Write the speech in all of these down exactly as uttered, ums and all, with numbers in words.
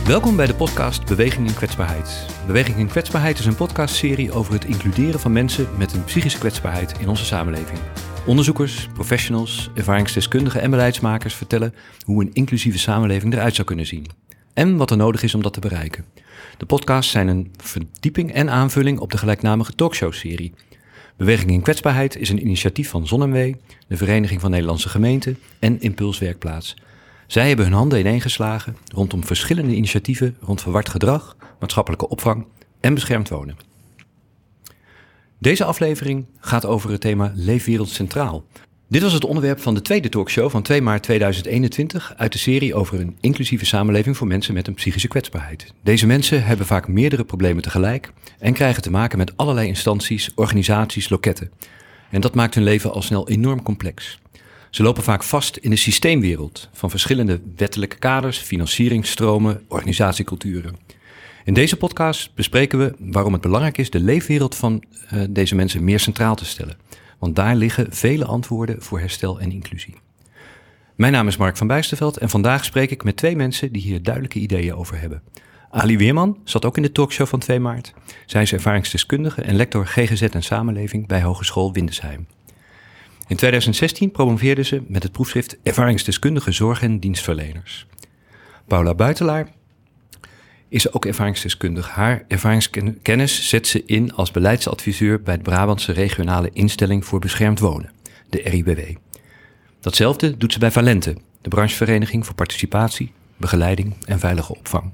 Welkom bij de podcast Beweging in Kwetsbaarheid. Beweging in Kwetsbaarheid is een podcastserie over het includeren van mensen met een psychische kwetsbaarheid in onze samenleving. Onderzoekers, professionals, ervaringsdeskundigen en beleidsmakers vertellen hoe een inclusieve samenleving eruit zou kunnen zien. En wat er nodig is om dat te bereiken. De podcasts zijn een verdieping en aanvulling op de gelijknamige talkshow-serie. Beweging in Kwetsbaarheid is een initiatief van ZonMW, de Vereniging van Nederlandse Gemeenten en Impuls Werkplaats. Zij hebben hun handen ineengeslagen rondom verschillende initiatieven rond verward gedrag, maatschappelijke opvang en beschermd wonen. Deze aflevering gaat over het thema Leefwereld Centraal. Dit was het onderwerp van de tweede talkshow van twee maart tweeduizend eenentwintig uit de serie over een inclusieve samenleving voor mensen met een psychische kwetsbaarheid. Deze mensen hebben vaak meerdere problemen tegelijk en krijgen te maken met allerlei instanties, organisaties, loketten. En dat maakt hun leven al snel enorm complex. Ze lopen vaak vast in de systeemwereld van verschillende wettelijke kaders, financieringsstromen, organisatieculturen. In deze podcast bespreken we waarom het belangrijk is de leefwereld van uh, deze mensen meer centraal te stellen. Want daar liggen vele antwoorden voor herstel en inclusie. Mijn naam is Mark van Bijsterveld en vandaag spreek ik met twee mensen die hier duidelijke ideeën over hebben. Ali Weerman zat ook in de talkshow van twee maart. Zij is ervaringsdeskundige en lector G G Z en Samenleving bij Hogeschool Windesheim. In tweeduizend zestien promoveerde ze met het proefschrift Ervaringsdeskundige Zorg en Dienstverleners. Paula Buitelaar is ook ervaringsdeskundig. Haar ervaringskennis zet ze in als beleidsadviseur bij de Brabantse Regionale Instelling voor Beschermd Wonen, de R I B W. Datzelfde doet ze bij Valente, de branchevereniging voor participatie, begeleiding en veilige opvang.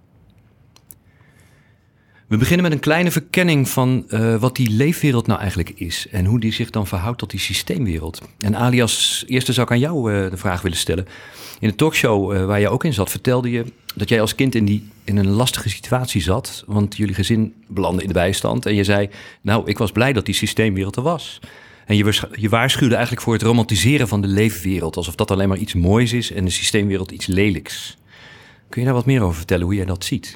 We beginnen met een kleine verkenning van uh, wat die leefwereld nou eigenlijk is en hoe die zich dan verhoudt tot die systeemwereld. En Ali, als eerste zou ik aan jou uh, de vraag willen stellen. In de talkshow uh, waar jij ook in zat, vertelde je dat jij als kind in, die, in een lastige situatie zat, want jullie gezin belandde in de bijstand. En je zei, nou, ik was blij dat die systeemwereld er was. En je, je waarschuwde eigenlijk voor het romantiseren van de leefwereld, alsof dat alleen maar iets moois is en de systeemwereld iets lelijks. Kun je daar wat meer over vertellen, hoe jij dat ziet?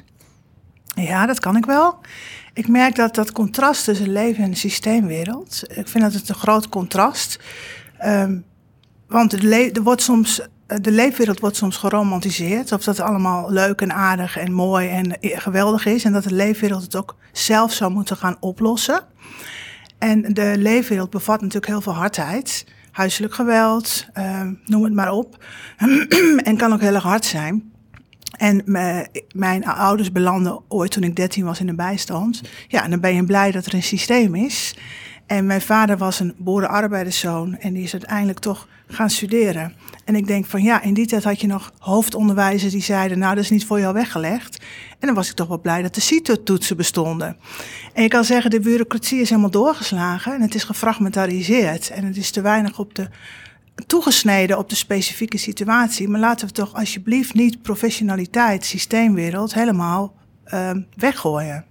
Ja, dat kan ik wel. Ik merk dat dat contrast tussen leven en de systeemwereld, ik vind dat het een groot contrast. Um, want het le- er wordt soms, de leefwereld wordt soms geromantiseerd, of dat het allemaal leuk en aardig en mooi en geweldig is. En dat de leefwereld het ook zelf zou moeten gaan oplossen. En de leefwereld bevat natuurlijk heel veel hardheid. Huiselijk geweld, um, noem het maar op. En kan ook heel erg hard zijn. En me, mijn ouders belanden ooit toen ik dertien was in de bijstand. Ja, en dan ben je blij dat er een systeem is. En mijn vader was een boerenarbeiderszoon en die is uiteindelijk toch gaan studeren. En ik denk van ja, in die tijd had je nog hoofdonderwijzers die zeiden, nou, dat is niet voor jou weggelegd. En dan was ik toch wel blij dat de C I T O-toetsen bestonden. En je kan zeggen, de bureaucratie is helemaal doorgeslagen en het is gefragmentariseerd. En het is te weinig op de... toegesneden op de specifieke situatie. Maar laten we toch alsjeblieft niet professionaliteit, systeemwereld helemaal uh, weggooien.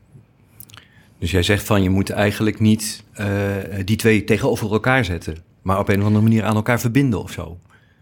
Dus jij zegt van je moet eigenlijk niet uh, die twee tegenover elkaar zetten, maar op een of andere manier aan elkaar verbinden of zo.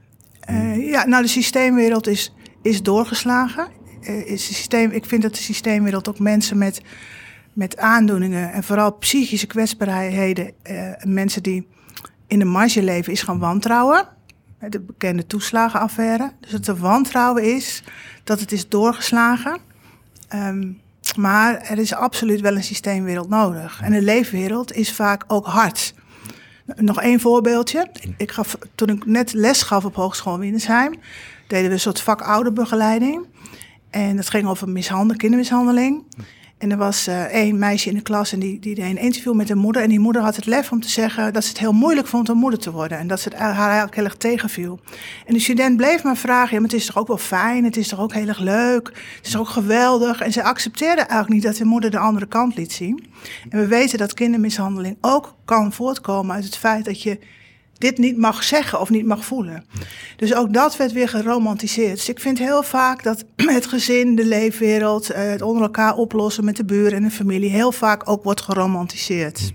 Uh, ja, nou de systeemwereld is, is doorgeslagen. Uh, is systeem, ik vind dat de systeemwereld ook mensen met, met aandoeningen en vooral psychische kwetsbaarheden, uh, mensen die in de marge leven, is gaan wantrouwen. De bekende toeslagenaffaire. Dus dat er wantrouwen is, dat het is doorgeslagen. Um, maar er is absoluut wel een systeemwereld nodig. En de leefwereld is vaak ook hard. Nog één voorbeeldje. Ik gaf, toen ik net les gaf op Hogeschool Windesheim, deden we een soort vakouderbegeleiding. En dat ging over mishandel, kindermishandeling. En er was uh, één meisje in de klas en die, die deed een interview met haar moeder. En die moeder had het lef om te zeggen dat ze het heel moeilijk vond om moeder te worden. En dat ze het haar eigenlijk heel erg tegenviel. En de student bleef maar vragen, ja, maar het is toch ook wel fijn? Het is toch ook heel erg leuk? Het is toch ook geweldig? En ze accepteerde eigenlijk niet dat de moeder de andere kant liet zien. En we weten dat kindermishandeling ook kan voortkomen uit het feit dat je dit niet mag zeggen of niet mag voelen. Dus ook dat werd weer geromantiseerd. Dus ik vind heel vaak dat het gezin, de leefwereld, het onder elkaar oplossen met de buren en de familie heel vaak ook wordt geromantiseerd.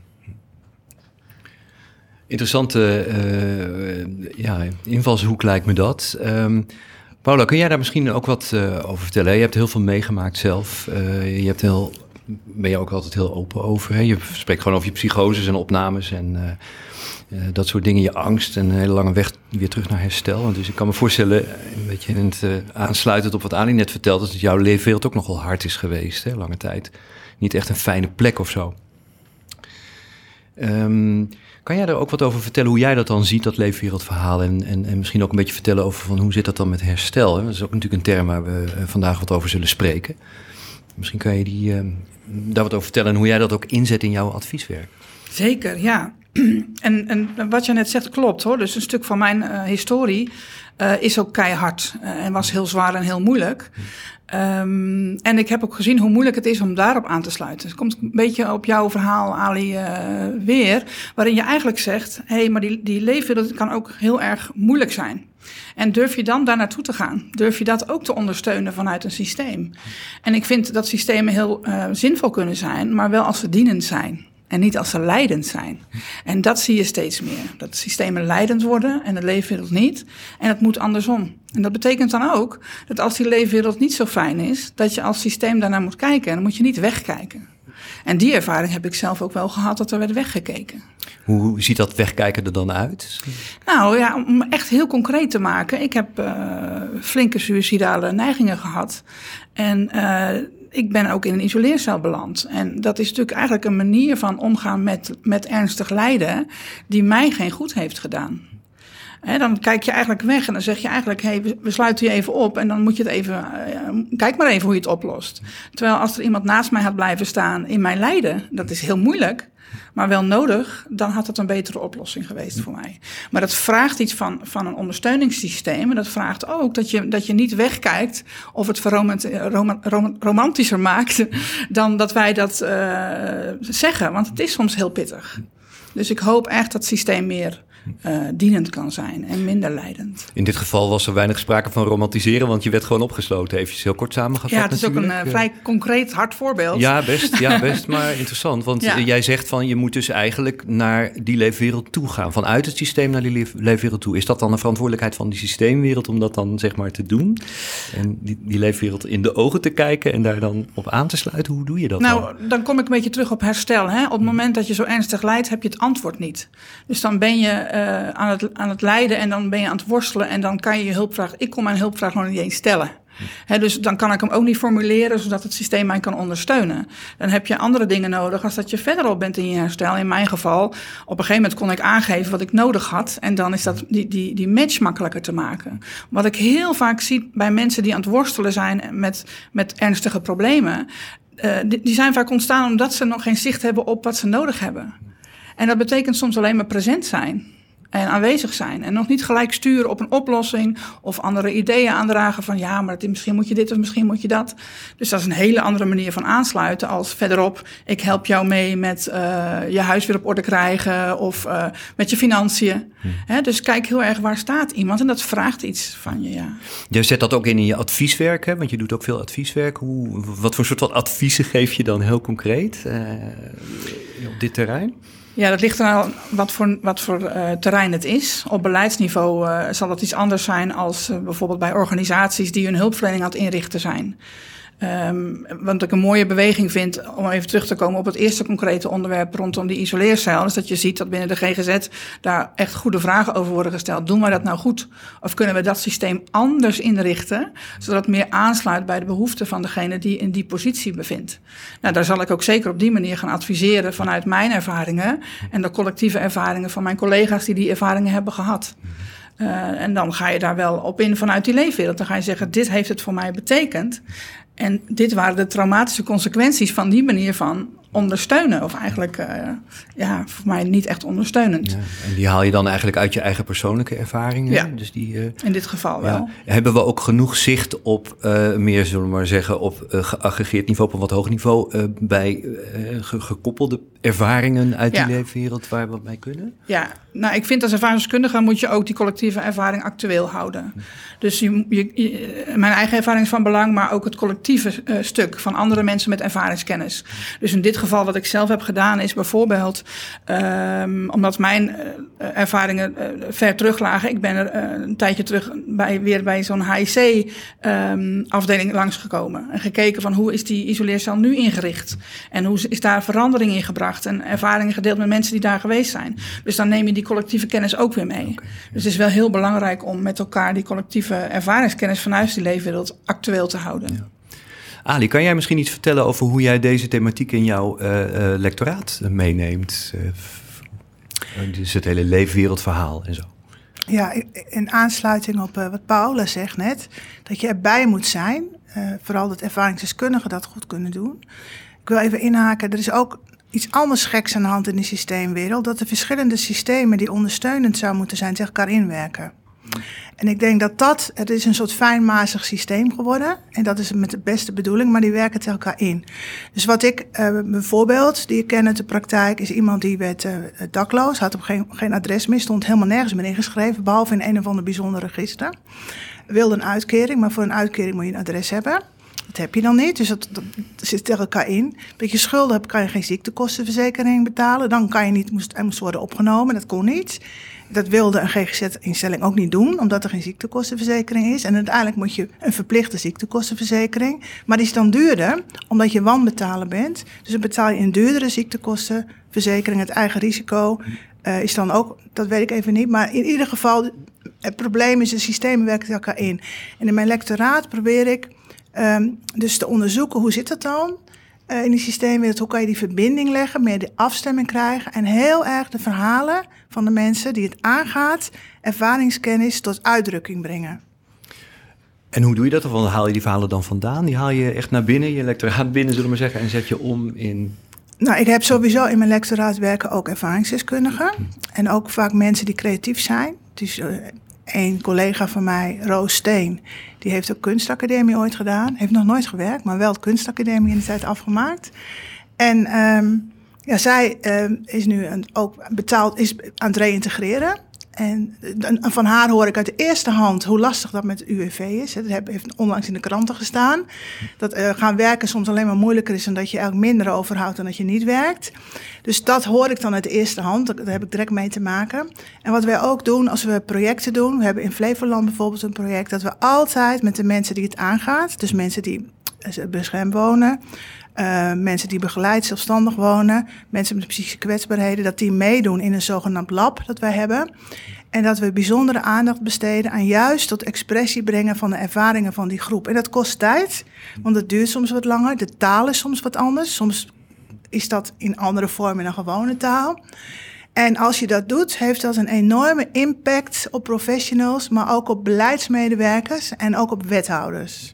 Interessante uh, ja, invalshoek lijkt me dat. Um, Paula, kun jij daar misschien ook wat uh, over vertellen? Je hebt heel veel meegemaakt zelf. Uh, je hebt heel ben je ook altijd heel open over. Hè? Je spreekt gewoon over je psychoses en opnames en uh, uh, dat soort dingen. Je angst en een hele lange weg weer terug naar herstel. Dus ik kan me voorstellen, een beetje in het, uh, aansluitend op wat Ali net vertelt, dat jouw leefwereld ook nogal hard is geweest, hè? Lange tijd. Niet echt een fijne plek of zo. Um, kan jij er ook wat over vertellen hoe jij dat dan ziet, dat leefwereldverhaal? En, en, en misschien ook een beetje vertellen over van hoe zit dat dan met herstel? Hè? Dat is ook natuurlijk een term waar we uh, vandaag wat over zullen spreken. Misschien kan je die, uh, daar wat over vertellen en hoe jij dat ook inzet in jouw advieswerk. Zeker, ja. En, en wat je net zegt klopt hoor. Dus een stuk van mijn uh, historie uh, is ook keihard uh, en was heel zwaar en heel moeilijk. Um, en ik heb ook gezien hoe moeilijk het is om daarop aan te sluiten. Het komt een beetje op jouw verhaal, Ali, uh, weer. Waarin je eigenlijk zegt, hé, hey, maar die, die leefwereld kan ook heel erg moeilijk zijn. En durf je dan daar naartoe te gaan? Durf je dat ook te ondersteunen vanuit een systeem? En ik vind dat systemen heel uh, zinvol kunnen zijn, maar wel als ze dienend zijn. En niet als ze leidend zijn. En dat zie je steeds meer. Dat systemen leidend worden en de leefwereld niet. En het moet andersom. En dat betekent dan ook dat als die leefwereld niet zo fijn is, dat je als systeem daarnaar moet kijken. En dan moet je niet wegkijken. En die ervaring heb ik zelf ook wel gehad, dat er werd weggekeken. Hoe ziet dat wegkijken er dan uit? Nou ja, om echt heel concreet te maken. Ik heb uh, flinke suïcidale neigingen gehad. En uh, ik ben ook in een isoleercel beland. En dat is natuurlijk eigenlijk een manier van omgaan met, met ernstig lijden die mij geen goed heeft gedaan. He, dan kijk je eigenlijk weg en dan zeg je eigenlijk, hé, hey, we sluiten je even op en dan moet je het even, uh, kijk maar even hoe je het oplost. Terwijl als er iemand naast mij had blijven staan in mijn lijden, dat is heel moeilijk, maar wel nodig, dan had het een betere oplossing geweest voor mij. Maar dat vraagt iets van, van een ondersteuningssysteem. En dat vraagt ook dat je, dat je niet wegkijkt of het romant, rom, rom, romantischer maakt dan dat wij dat uh, zeggen. Want het is soms heel pittig. Dus ik hoop echt dat het systeem meer Uh, dienend kan zijn en minder leidend. In dit geval was er weinig sprake van romantiseren, want je werd gewoon opgesloten. Even heel kort samengevat. Ja, het is natuurlijk. ook een uh, vrij concreet, hard voorbeeld. Ja, best, ja, best maar interessant. Want ja. jij zegt van je moet dus eigenlijk naar die leefwereld toe gaan. Vanuit het systeem naar die leef, leefwereld toe. Is dat dan een verantwoordelijkheid van die systeemwereld om dat dan zeg maar te doen? En die, die leefwereld in de ogen te kijken en daar dan op aan te sluiten? Hoe doe je dat nou, dan? Nou, dan kom ik een beetje terug op herstel. Hè? Op het moment dat je zo ernstig lijdt, heb je het antwoord niet. Dus dan ben je Uh, aan, het, aan het lijden en dan ben je aan het worstelen en dan kan je je hulpvraag, ik kon mijn hulpvraag nog niet eens stellen. He, dus dan kan ik hem ook niet formuleren zodat het systeem mij kan ondersteunen. Dan heb je andere dingen nodig als dat je verderop bent in je herstel. In mijn geval, op een gegeven moment kon ik aangeven wat ik nodig had en dan is dat die, die, die match makkelijker te maken. Wat ik heel vaak zie bij mensen die aan het worstelen zijn met, met ernstige problemen, uh, die, die zijn vaak ontstaan omdat ze nog geen zicht hebben op wat ze nodig hebben. En dat betekent soms alleen maar present zijn en aanwezig zijn. En nog niet gelijk sturen op een oplossing of andere ideeën aandragen van ja, maar misschien moet je dit of misschien moet je dat. Dus dat is een hele andere manier van aansluiten als verderop, ik help jou mee met uh, je huis weer op orde krijgen of uh, met je financiën. Hm. He, dus kijk heel erg waar staat iemand en dat vraagt iets van je. Ja. Je zet dat ook in in je advieswerk, hè? Want je doet ook veel advieswerk. Hoe, wat voor soort wat adviezen geef je dan heel concreet uh, op dit terrein? Ja, dat ligt er aan wat voor, wat voor uh, terrein het is. Op beleidsniveau uh, zal dat iets anders zijn als uh, bijvoorbeeld bij organisaties die hun hulpverlening aan het inrichten zijn. Um, wat ik een mooie beweging vind, om even terug te komen op het eerste concrete onderwerp rondom die isoleercel, is dat je ziet dat binnen de G G Z daar echt goede vragen over worden gesteld. Doen wij dat nou goed? Of kunnen we dat systeem anders inrichten, zodat het meer aansluit bij de behoeften van degene die in die positie bevindt? Nou, daar zal ik ook zeker op die manier gaan adviseren vanuit mijn ervaringen en de collectieve ervaringen van mijn collega's die die ervaringen hebben gehad. Uh, en dan ga je daar wel op in vanuit die leefwereld. Dan ga je zeggen, dit heeft het voor mij betekend. En dit waren de traumatische consequenties van die manier van ondersteunen. Of eigenlijk, uh, ja, voor mij niet echt ondersteunend. Ja, en die haal je dan eigenlijk uit je eigen persoonlijke ervaringen? Ja, dus die, uh, in dit geval wel. Ja. Hebben we ook genoeg zicht op, uh, meer zullen we maar zeggen, op uh, geaggregeerd niveau, op een wat hoger niveau, uh, bij uh, ge- gekoppelde ervaringen uit ja. die leefwereld waar we wat mee kunnen? Ja, nou, ik vind als ervaringsdeskundige moet je ook die collectieve ervaring actueel houden. Hm. Dus je, je, je, mijn eigen ervaring is van belang, maar ook het collectieve uh, stuk van andere mensen met ervaringskennis. Dus in dit geval geval wat ik zelf heb gedaan is bijvoorbeeld, um, omdat mijn uh, ervaringen uh, ver terug lagen. Ik ben er uh, een tijdje terug bij, weer bij zo'n H I C-afdeling um, langsgekomen. En gekeken van hoe is die isoleercel nu ingericht? En hoe is daar verandering in gebracht? En ervaringen gedeeld met mensen die daar geweest zijn. Dus dan neem je die collectieve kennis ook weer mee. Okay. Dus het is wel heel belangrijk om met elkaar die collectieve ervaringskennis vanuit die leefwereld actueel te houden. Ja. Ali, kan jij misschien iets vertellen over hoe jij deze thematiek in jouw uh, uh, lectoraat meeneemt? Uh, dus het hele leefwereldverhaal en zo. Ja, in aansluiting op uh, wat Paula zegt net, dat je erbij moet zijn. Uh, vooral dat ervaringsdeskundigen dat goed kunnen doen. Ik wil even inhaken, er is ook iets anders geks aan de hand in de systeemwereld. Dat de verschillende systemen die ondersteunend zouden moeten zijn, tegen elkaar inwerken. En ik denk dat dat, het is een soort fijnmazig systeem geworden. En dat is met de beste bedoeling, maar die werken tegen elkaar in. Dus wat ik, uh, bijvoorbeeld, die ik ken uit de praktijk, is iemand die werd uh, dakloos. Had op geen, geen adres meer, stond helemaal nergens meer ingeschreven, behalve in een of ander bijzonder register. Wilde een uitkering, maar voor een uitkering moet je een adres hebben. Dat heb je dan niet, dus dat, dat, dat zit tegen elkaar in. Dat je schulden hebt, kan je geen ziektekostenverzekering betalen. Dan kan je niet, moest, hij moest worden opgenomen, dat kon niet. Dat wilde een G G Z-instelling ook niet doen, omdat er geen ziektekostenverzekering is. En uiteindelijk moet je een verplichte ziektekostenverzekering. Maar die is dan duurder, omdat je wanbetaler bent. Dus dan betaal je een duurdere ziektekostenverzekering. Het eigen risico uh, is dan ook, dat weet ik even niet. Maar in ieder geval, het probleem is, de systemen werken tegen elkaar in. En in mijn lectoraat probeer ik um, dus te onderzoeken, hoe zit dat dan? Uh, in die systeemwereld, hoe kan je die verbinding leggen, meer de afstemming krijgen en heel erg de verhalen van de mensen die het aangaat, ervaringskennis tot uitdrukking brengen. En hoe doe je dat? Of haal je die verhalen dan vandaan? Die haal je echt naar binnen, je lectoraat binnen, zullen we maar zeggen, en zet je om in... Nou, ik heb sowieso in mijn lectoraat werken ook ervaringsdeskundigen. En ook vaak mensen die creatief zijn. Dus uh, een collega van mij, Roos Steen, die heeft ook kunstacademie ooit gedaan. Heeft nog nooit gewerkt, maar wel de kunstacademie in de tijd afgemaakt. En um, ja, zij um, is nu een, ook betaald, is aan het reïntegreren. En van haar hoor ik uit de eerste hand hoe lastig dat met U W V is. Dat heeft onlangs in de kranten gestaan. Dat uh, gaan werken soms alleen maar moeilijker is... en dat je eigenlijk minder overhoudt dan dat je niet werkt. Dus dat hoor ik dan uit de eerste hand. Daar heb ik direct mee te maken. En wat wij ook doen als we projecten doen... we hebben in Flevoland bijvoorbeeld een project... dat we altijd met de mensen die het aangaat... dus mensen die beschermd wonen... Uh, mensen die begeleid zelfstandig wonen, mensen met psychische kwetsbaarheden, dat die meedoen in een zogenaamd lab dat wij hebben. En dat we bijzondere aandacht besteden aan juist tot expressie brengen van de ervaringen van die groep. En dat kost tijd, want het duurt soms wat langer. De taal is soms wat anders. Soms is dat in andere vorm in een gewone taal. En als je dat doet, heeft dat een enorme impact op professionals, maar ook op beleidsmedewerkers en ook op wethouders.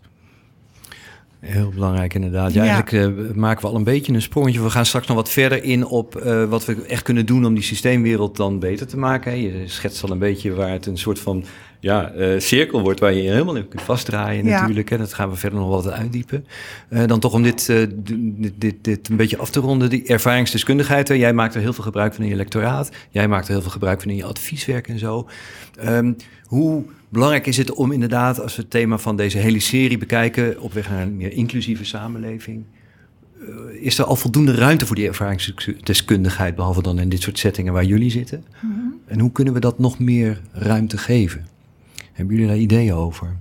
Heel belangrijk inderdaad. Ja, ja. Eigenlijk uh, maken we al een beetje een sprongetje. We gaan straks nog wat verder in op uh, wat we echt kunnen doen om die systeemwereld dan beter te maken. Je schetst al een beetje waar het een soort van ja, uh, cirkel wordt waar je helemaal in kunt vastdraaien ja. natuurlijk. En dat gaan we verder nog wat uitdiepen. Uh, dan toch om dit, uh, dit, dit, dit een beetje af te ronden, die ervaringsdeskundigheid. Hè. Jij maakt er heel veel gebruik van in je lectoraat. Jij maakt er heel veel gebruik van in je advieswerk en zo. Um, hoe belangrijk is het om inderdaad, als we het thema van deze hele serie bekijken, op weg naar een meer inclusieve samenleving, uh, is er al voldoende ruimte voor die ervaringsdeskundigheid, behalve dan in dit soort settingen waar jullie zitten? Mm-hmm. En hoe kunnen we dat nog meer ruimte geven? Hebben jullie daar ideeën over?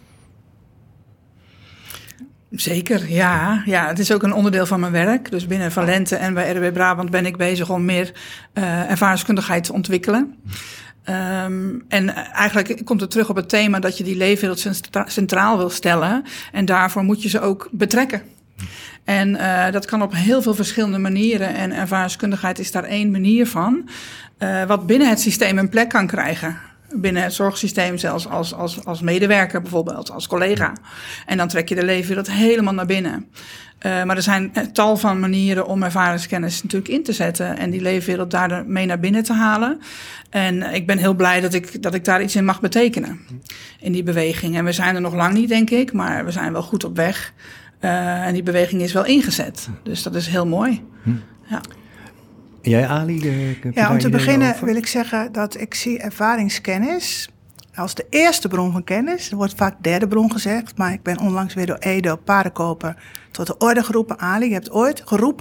Zeker, ja. ja. Het is ook een onderdeel van mijn werk. Dus binnen Valente en bij R W Brabant ben ik bezig om meer uh, ervaringskundigheid te ontwikkelen. Um, en eigenlijk komt het terug op het thema dat je die leefwereld centra- centraal wil stellen. En daarvoor moet je ze ook betrekken. En uh, dat kan op heel veel verschillende manieren. En ervaringskundigheid is daar één manier van. Uh, wat binnen het systeem een plek kan krijgen. Binnen het zorgsysteem zelfs als, als, als medewerker bijvoorbeeld, als collega. En dan trek je de leefwereld helemaal naar binnen. Uh, maar er zijn tal van manieren om ervaringskennis natuurlijk in te zetten en die leefwereld daar mee naar binnen te halen. En ik ben heel blij dat ik, dat ik daar iets in mag betekenen, in die beweging. En we zijn er nog lang niet, denk ik, maar we zijn wel goed op weg. Uh, en die beweging is wel ingezet, dus dat is heel mooi. Ja. En jij, Ali? Ja, om te beginnen over? wil ik zeggen dat ik zie ervaringskennis als de eerste bron van kennis. Er wordt vaak derde bron gezegd, maar ik ben onlangs weer door Edo Paardenkoper tot de orde geroepen. Ali, je hebt ooit geroepen,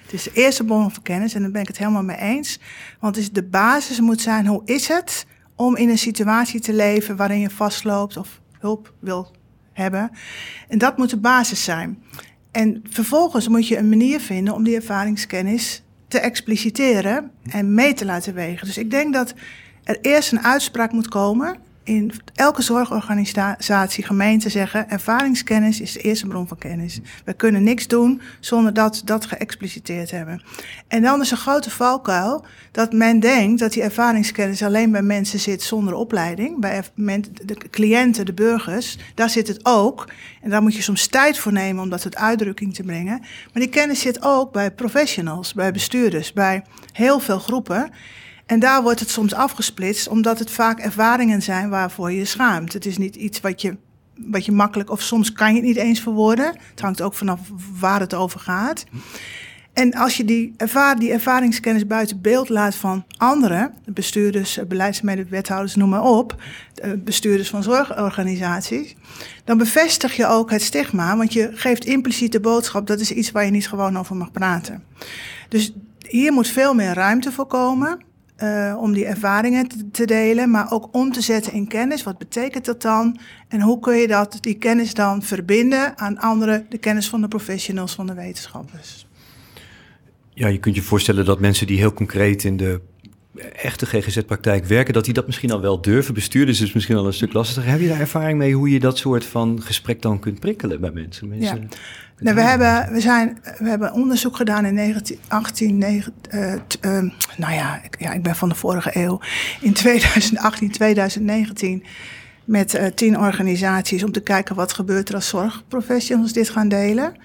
Het is de eerste bron van kennis en daar ben ik het helemaal mee eens. Want het is de basis moet zijn, hoe is het om in een situatie te leven waarin je vastloopt of hulp wil hebben. En dat moet de basis zijn. En vervolgens moet je een manier vinden om die ervaringskennis te expliciteren en mee te laten wegen. Dus ik denk dat er eerst een uitspraak moet komen in elke zorgorganisatie, gemeente zeggen, ervaringskennis is de eerste bron van kennis. We kunnen niks doen zonder dat dat geëxpliciteerd hebben. En dan is een grote valkuil dat men denkt dat die ervaringskennis alleen bij mensen zit zonder opleiding. Bij de cliënten, de burgers, daar zit het ook. En daar moet je soms tijd voor nemen om dat tot uitdrukking te brengen. Maar die kennis zit ook bij professionals, bij bestuurders, bij heel veel groepen. En daar wordt het soms afgesplitst, omdat het vaak ervaringen zijn waarvoor je je schaamt. Het is niet iets wat je, wat je makkelijk, of soms kan je het niet eens verwoorden. Het hangt ook vanaf waar het over gaat. En als je die, ervaar, die ervaringskennis buiten beeld laat van anderen, bestuurders, beleidsmedewerkers, wethouders, noem maar op, bestuurders van zorgorganisaties, dan bevestig je ook het stigma, want je geeft impliciet de boodschap, dat is iets waar je niet gewoon over mag praten. Dus hier moet veel meer ruimte voor komen. Uh, om die ervaringen te, te delen, maar ook om te zetten in kennis. Wat betekent dat dan? En hoe kun je dat, die kennis dan verbinden aan andere, de kennis van de professionals, van de wetenschappers? Ja, je kunt je voorstellen dat mensen die heel concreet in de echte G G Z-praktijk werken, dat die dat misschien al wel durven. Bestuurders is misschien al een stuk lastiger. Heb je daar ervaring mee hoe je dat soort van gesprek dan kunt prikkelen bij mensen? mensen ja. Nou, we, hebben, we, zijn, we hebben onderzoek gedaan in negentien achttien, negen, uh, t, uh, nou ja ik, ja, ik ben van de vorige eeuw, in twintig achttien, twintig negentien met uh, tien organisaties om te kijken wat gebeurt er als zorgprofessionals dit gaan delen.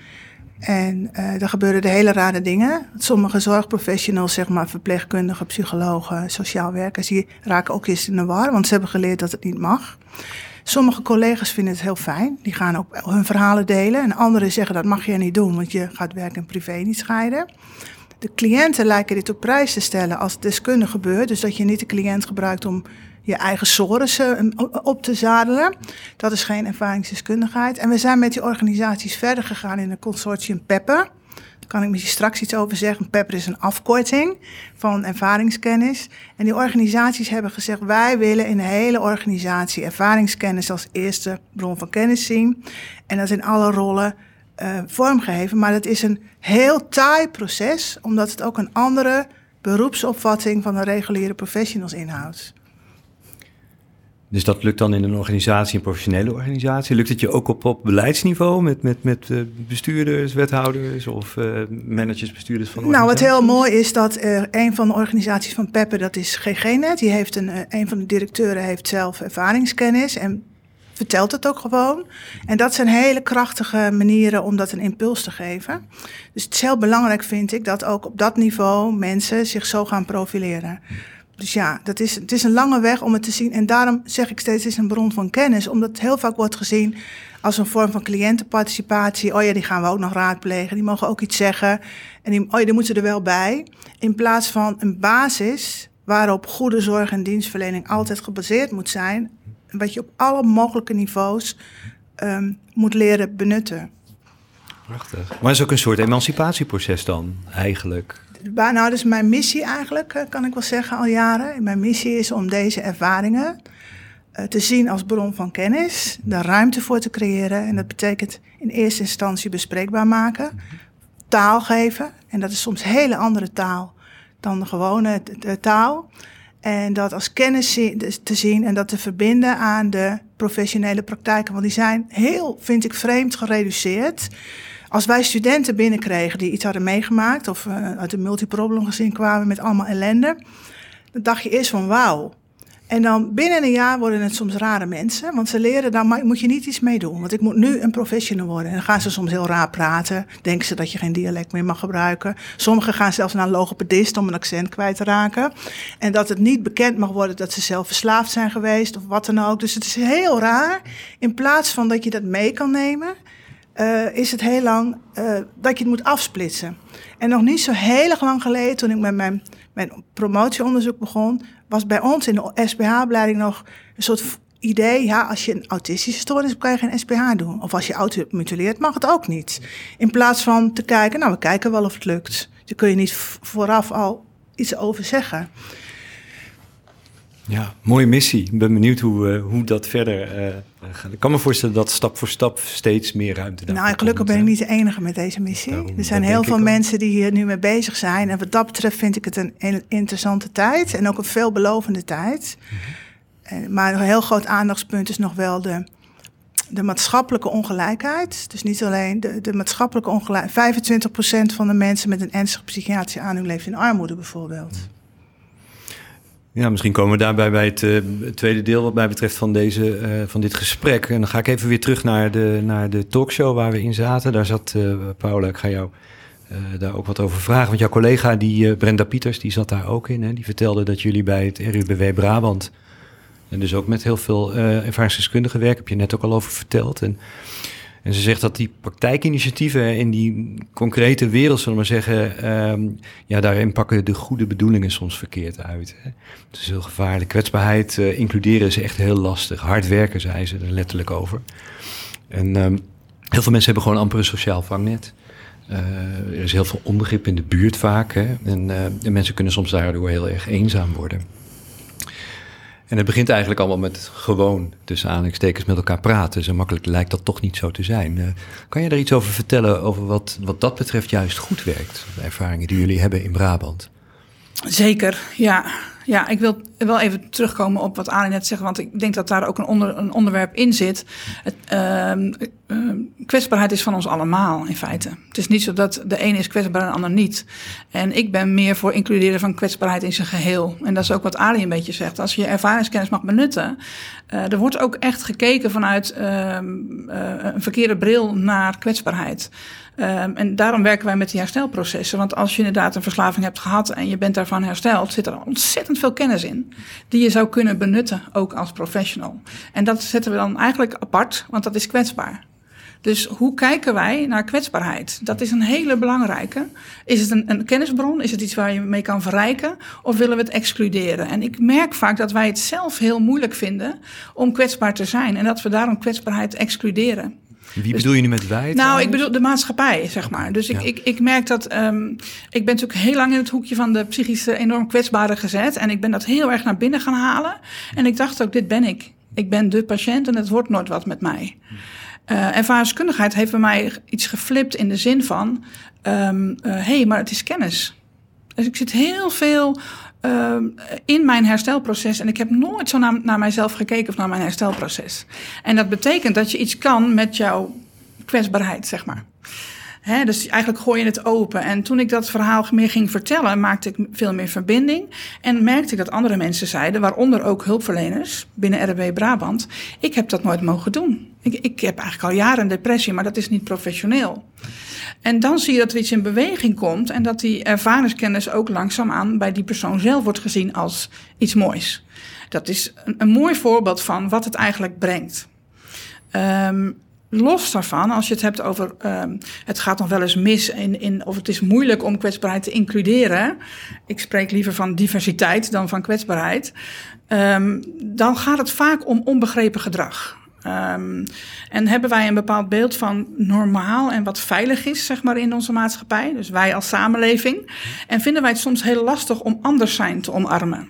En uh, er gebeuren de hele rare dingen. Sommige zorgprofessionals, zeg maar verpleegkundigen, psychologen, sociaal werkers, die raken ook eens in de war, want ze hebben geleerd dat het niet mag. Sommige collega's vinden het heel fijn. Die gaan ook hun verhalen delen. En anderen zeggen dat mag je niet doen, want je gaat werk en privé niet scheiden. De cliënten lijken dit op prijs te stellen als het deskundig gebeurt. Dus dat je niet de cliënt gebruikt om je eigen sores op te zadelen. Dat is geen ervaringsdeskundigheid. En we zijn met die organisaties verder gegaan in een consortium Pepper. Daar kan ik misschien straks iets over zeggen. Pepper is een afkorting van ervaringskennis. En die organisaties hebben gezegd, wij willen in de hele organisatie ervaringskennis als eerste bron van kennis zien. En dat in alle rollen uh, vormgegeven. Maar dat is een heel taai proces, omdat het ook een andere beroepsopvatting van de reguliere professionals inhoudt. Dus dat lukt dan in een organisatie, een professionele organisatie? Lukt het je ook op, op beleidsniveau met, met, met uh, bestuurders, wethouders of uh, managers, bestuurders van organisaties? Nou, wat heel mooi is dat uh, een van de organisaties van Pepper, dat is G G Net. Die heeft een, uh, een van de directeuren heeft zelf ervaringskennis en vertelt het ook gewoon. En dat zijn hele krachtige manieren om dat een impuls te geven. Dus het is heel belangrijk, vind ik, dat ook op dat niveau mensen zich zo gaan profileren. Dus ja, dat is, het is een lange weg om het te zien. En daarom zeg ik steeds, het is een bron van kennis. Omdat het heel vaak wordt gezien als een vorm van cliëntenparticipatie. Oh ja, die gaan we ook nog raadplegen. Die mogen ook iets zeggen. En die, oh ja, die moeten er wel bij. In plaats van een basis waarop goede zorg en dienstverlening altijd gebaseerd moet zijn. Wat je op alle mogelijke niveaus um, moet leren benutten. Prachtig. Maar het is ook een soort emancipatieproces dan, eigenlijk. Nou, dat is mijn missie eigenlijk, kan ik wel zeggen, al jaren. Mijn missie is om deze ervaringen uh, te zien als bron van kennis, daar ruimte voor te creëren. En dat betekent in eerste instantie bespreekbaar maken, taal geven. En dat is soms hele andere taal dan de gewone de taal. En dat als kennis te zien en dat te verbinden aan de professionele praktijken. Want die zijn heel, vind ik, vreemd gereduceerd. Als wij studenten binnenkregen die iets hadden meegemaakt of uh, uit een multiproblem gezin kwamen met allemaal ellende, dan dacht je eerst van wauw. En dan binnen een jaar worden het soms rare mensen, want ze leren, dan moet je niet iets mee doen. Want ik moet nu een professional worden. En dan gaan ze soms heel raar praten, denken ze dat je geen dialect meer mag gebruiken. Sommigen gaan zelfs naar een logopedist om een accent kwijt te raken. En dat het niet bekend mag worden dat ze zelf verslaafd zijn geweest of wat dan ook. Dus het is heel raar. In plaats van dat je dat mee kan nemen, Uh, is het heel lang uh, dat je het moet afsplitsen. En nog niet zo heel erg lang geleden, toen ik met mijn, mijn promotieonderzoek begon, was bij ons in de S P H-opleiding nog een soort idee, ja, als je een autistische stoornis hebt, kan je geen S P H doen. Of als je automutileert, mag het ook niet. In plaats van te kijken, nou, we kijken wel of het lukt. Daar kun je niet vooraf al iets over zeggen. Ja, mooie missie. Ik ben benieuwd hoe, uh, hoe dat verder uh, gaat. Ik kan me voorstellen dat stap voor stap steeds meer ruimte daarvoor Nou, gelukkig komt, ben ik niet de enige met deze missie. Daarom, er zijn heel veel mensen die hier nu mee bezig zijn. En wat dat betreft vind ik het een, een interessante tijd. En ook een veelbelovende tijd. Mm-hmm. Uh, maar een heel groot aandachtspunt is nog wel de, de maatschappelijke ongelijkheid. Dus niet alleen de, de maatschappelijke ongelijkheid. vijfentwintig procent van de mensen met een ernstige psychiatrische aandoening leeft in armoede bijvoorbeeld. Mm. Ja, misschien komen we daarbij bij het, uh, het tweede deel wat mij betreft van, deze, uh, van dit gesprek. En dan ga ik even weer terug naar de, naar de talkshow waar we in zaten. Daar zat uh, Paula, ik ga jou uh, daar ook wat over vragen. Want jouw collega, die, uh, Brenda Pieters, die zat daar ook in. Hè? Die vertelde dat jullie bij het R U B W Brabant, en dus ook met heel veel uh, ervaringsdeskundigen werken, heb je net ook al over verteld. En, en ze zegt dat die praktijkinitiatieven in die concrete wereld, zullen we maar zeggen, um, ja, daarin pakken de goede bedoelingen soms verkeerd uit. Hè. Het is heel gevaarlijk. Kwetsbaarheid uh, includeren is echt heel lastig. Hard werken, zei ze er letterlijk over. En um, heel veel mensen hebben gewoon amper een sociaal vangnet. Uh, er is heel veel onbegrip in de buurt vaak. Hè. En, uh, en mensen kunnen soms daardoor heel erg eenzaam worden. En het begint eigenlijk allemaal met gewoon tussen aanhalingstekens met elkaar praten. Zo makkelijk lijkt dat toch niet zo te zijn. Uh, kan je daar iets over vertellen over wat, wat dat betreft juist goed werkt? De ervaringen die jullie hebben in Brabant. Zeker, ja. Ja, ik wil wel even terugkomen op wat Arie net zegt, want ik denk dat daar ook een, onder, een onderwerp in zit. Het, uh, uh, kwetsbaarheid is van ons allemaal in feite. Het is niet zo dat de ene is kwetsbaar en de ander niet. En ik ben meer voor includeren van kwetsbaarheid in zijn geheel. En dat is ook wat Arie een beetje zegt. Als je ervaringskennis mag benutten, uh, er wordt ook echt gekeken vanuit uh, uh, een verkeerde bril naar kwetsbaarheid. Um, en daarom werken wij met die herstelprocessen. Want als je inderdaad een verslaving hebt gehad en je bent daarvan hersteld, zit er ontzettend veel kennis in die je zou kunnen benutten, ook als professional. En dat zetten we dan eigenlijk apart, want dat is kwetsbaar. Dus hoe kijken wij naar kwetsbaarheid? Dat is een hele belangrijke. Is het een, een kennisbron? Is het iets waar je mee kan verrijken? Of willen we het excluderen? En ik merk vaak dat wij het zelf heel moeilijk vinden om kwetsbaar te zijn. En dat we daarom kwetsbaarheid excluderen. Wie bedoel je nu met wij? Nou, trouwens? ik bedoel de maatschappij, zeg maar. Dus ik, ja. ik, ik merk dat... Um, ik ben natuurlijk heel lang in het hoekje van de psychische enorm kwetsbare gezet. En ik ben dat heel erg naar binnen gaan halen. En ik dacht ook, dit ben ik. Ik ben de patiënt en het wordt nooit wat met mij. Uh, ervaringskundigheid heeft bij mij iets geflipt in de zin van... Um, uh, hé, hey, maar het is kennis. Dus ik zit heel veel... Uh, in mijn herstelproces. En ik heb nooit zo naar, naar mijzelf gekeken of naar mijn herstelproces. En dat betekent dat je iets kan met jouw kwetsbaarheid, zeg maar. Hè, dus eigenlijk gooi je het open. En toen ik dat verhaal meer ging vertellen, maakte ik veel meer verbinding. En merkte ik dat andere mensen zeiden, waaronder ook hulpverleners binnen R W B Brabant, ik heb dat nooit mogen doen. Ik, ik heb eigenlijk al jaren een depressie, maar dat is niet professioneel. En dan zie je dat er iets in beweging komt en dat die ervaringskennis ook langzaamaan bij die persoon zelf wordt gezien als iets moois. Dat is een, een mooi voorbeeld van wat het eigenlijk brengt. Um, Los daarvan, als je het hebt over, um, het gaat nog wel eens mis in, in, of het is moeilijk om kwetsbaarheid te includeren. Ik spreek liever van diversiteit dan van kwetsbaarheid. Um, dan gaat het vaak om onbegrepen gedrag. Um, en hebben wij een bepaald beeld van normaal en wat veilig is, zeg maar, in onze maatschappij. Dus wij als samenleving. En vinden wij het soms heel lastig om anders zijn te omarmen.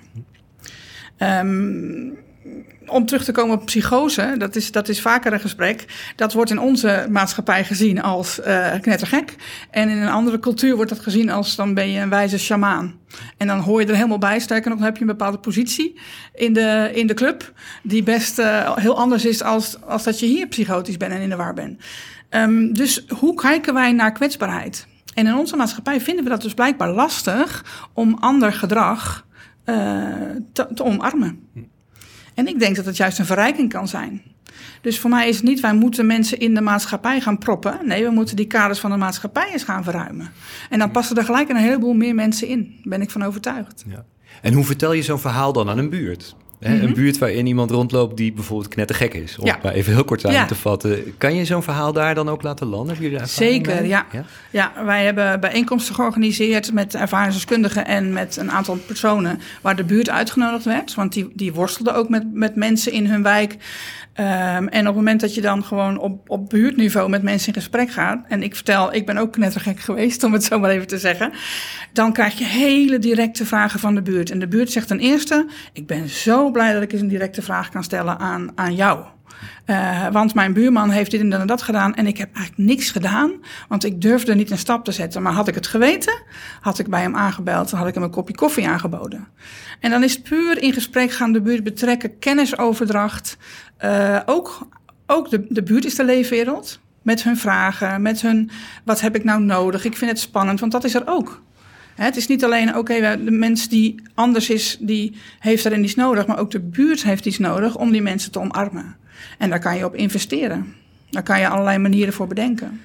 Um, Om terug te komen op psychose, dat is, dat is vaker een gesprek. Dat wordt in onze maatschappij gezien als uh, knettergek. En in een andere cultuur wordt dat gezien als dan ben je een wijze sjamaan. En dan hoor je er helemaal bij. Sterker nog, dan heb je een bepaalde positie in de, in de club die best uh, heel anders is als, als dat je hier psychotisch bent en in de war bent. Um, dus hoe kijken wij naar kwetsbaarheid? En in onze maatschappij vinden we dat dus blijkbaar lastig om ander gedrag uh, te, te omarmen. En ik denk dat het juist een verrijking kan zijn. Dus voor mij is het niet, wij moeten mensen in de maatschappij gaan proppen. Nee, we moeten die kaders van de maatschappij eens gaan verruimen. En dan passen er gelijk een heleboel meer mensen in. Daar ben ik van overtuigd. Ja. En hoe vertel je zo'n verhaal dan aan een buurt? Hè, mm-hmm. Een buurt waarin iemand rondloopt die bijvoorbeeld knettergek is. Om ja. even heel kort aan ja. te vatten. Kan je zo'n verhaal daar dan ook laten landen? Hebben jullie Zeker, ja. ja. Ja, wij hebben bijeenkomsten georganiseerd met ervaringsdeskundigen en met een aantal personen waar de buurt uitgenodigd werd. Want die, die worstelden ook met, met mensen in hun wijk. en op het moment dat je dan gewoon op, op buurtniveau met mensen in gesprek gaat... en ik vertel, ik ben ook knettergek geweest, om het zo maar even te zeggen... dan krijg je hele directe vragen van de buurt. En de buurt zegt ten eerste, ik ben zo blij dat ik eens een directe vraag kan stellen aan, aan jou... Uh, want mijn buurman heeft dit en dat gedaan en ik heb eigenlijk niks gedaan, want ik durfde niet een stap te zetten. Maar had ik het geweten, had ik bij hem aangebeld, dan had ik hem een kopje koffie aangeboden. En dan is het puur in gesprek gaan de buurt betrekken, kennisoverdracht. Uh, ook ook de, de buurt is de leefwereld, met hun vragen, met hun wat heb ik nou nodig. Ik vind het spannend, want dat is er ook. Hè, het is niet alleen, oké, okay, de mens die anders is, die heeft er iets nodig, maar ook de buurt heeft iets nodig om die mensen te omarmen. En daar kan je op investeren. Daar kan je allerlei manieren voor bedenken.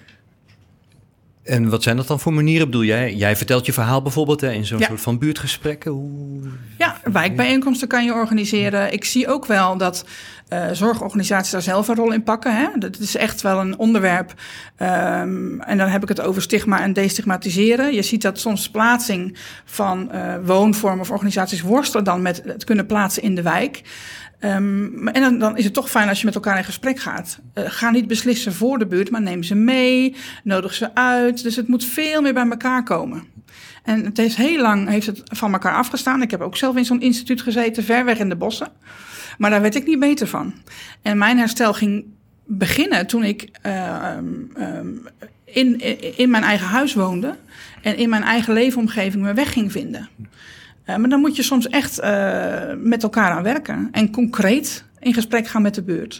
En wat zijn dat dan voor manieren? Bedoel jij, jij vertelt je verhaal bijvoorbeeld hè, in zo'n ja. soort van buurtgesprekken? Hoe... Ja, wijkbijeenkomsten kan je organiseren. Ik zie ook wel dat uh, zorgorganisaties daar zelf een rol in pakken. Hè. Dat is echt wel een onderwerp. Um, en dan heb ik het over stigma en destigmatiseren. Je ziet dat soms plaatsing van uh, woonvormen of organisaties worstelen dan met het kunnen plaatsen in de wijk. Um, en dan, dan is het toch fijn als je met elkaar in gesprek gaat. Uh, ga niet beslissen voor de buurt, maar neem ze mee, nodig ze uit. Dus het moet veel meer bij elkaar komen. En het heeft heel lang heeft het van elkaar afgestaan. Ik heb ook zelf in zo'n instituut gezeten, ver weg in de bossen. Maar daar werd ik niet beter van. En mijn herstel ging beginnen toen ik uh, um, in, in, in mijn eigen huis woonde en in mijn eigen leefomgeving mijn weg ging vinden. Uh, maar dan moet je soms echt uh, met elkaar aan werken. En concreet in gesprek gaan met de buurt.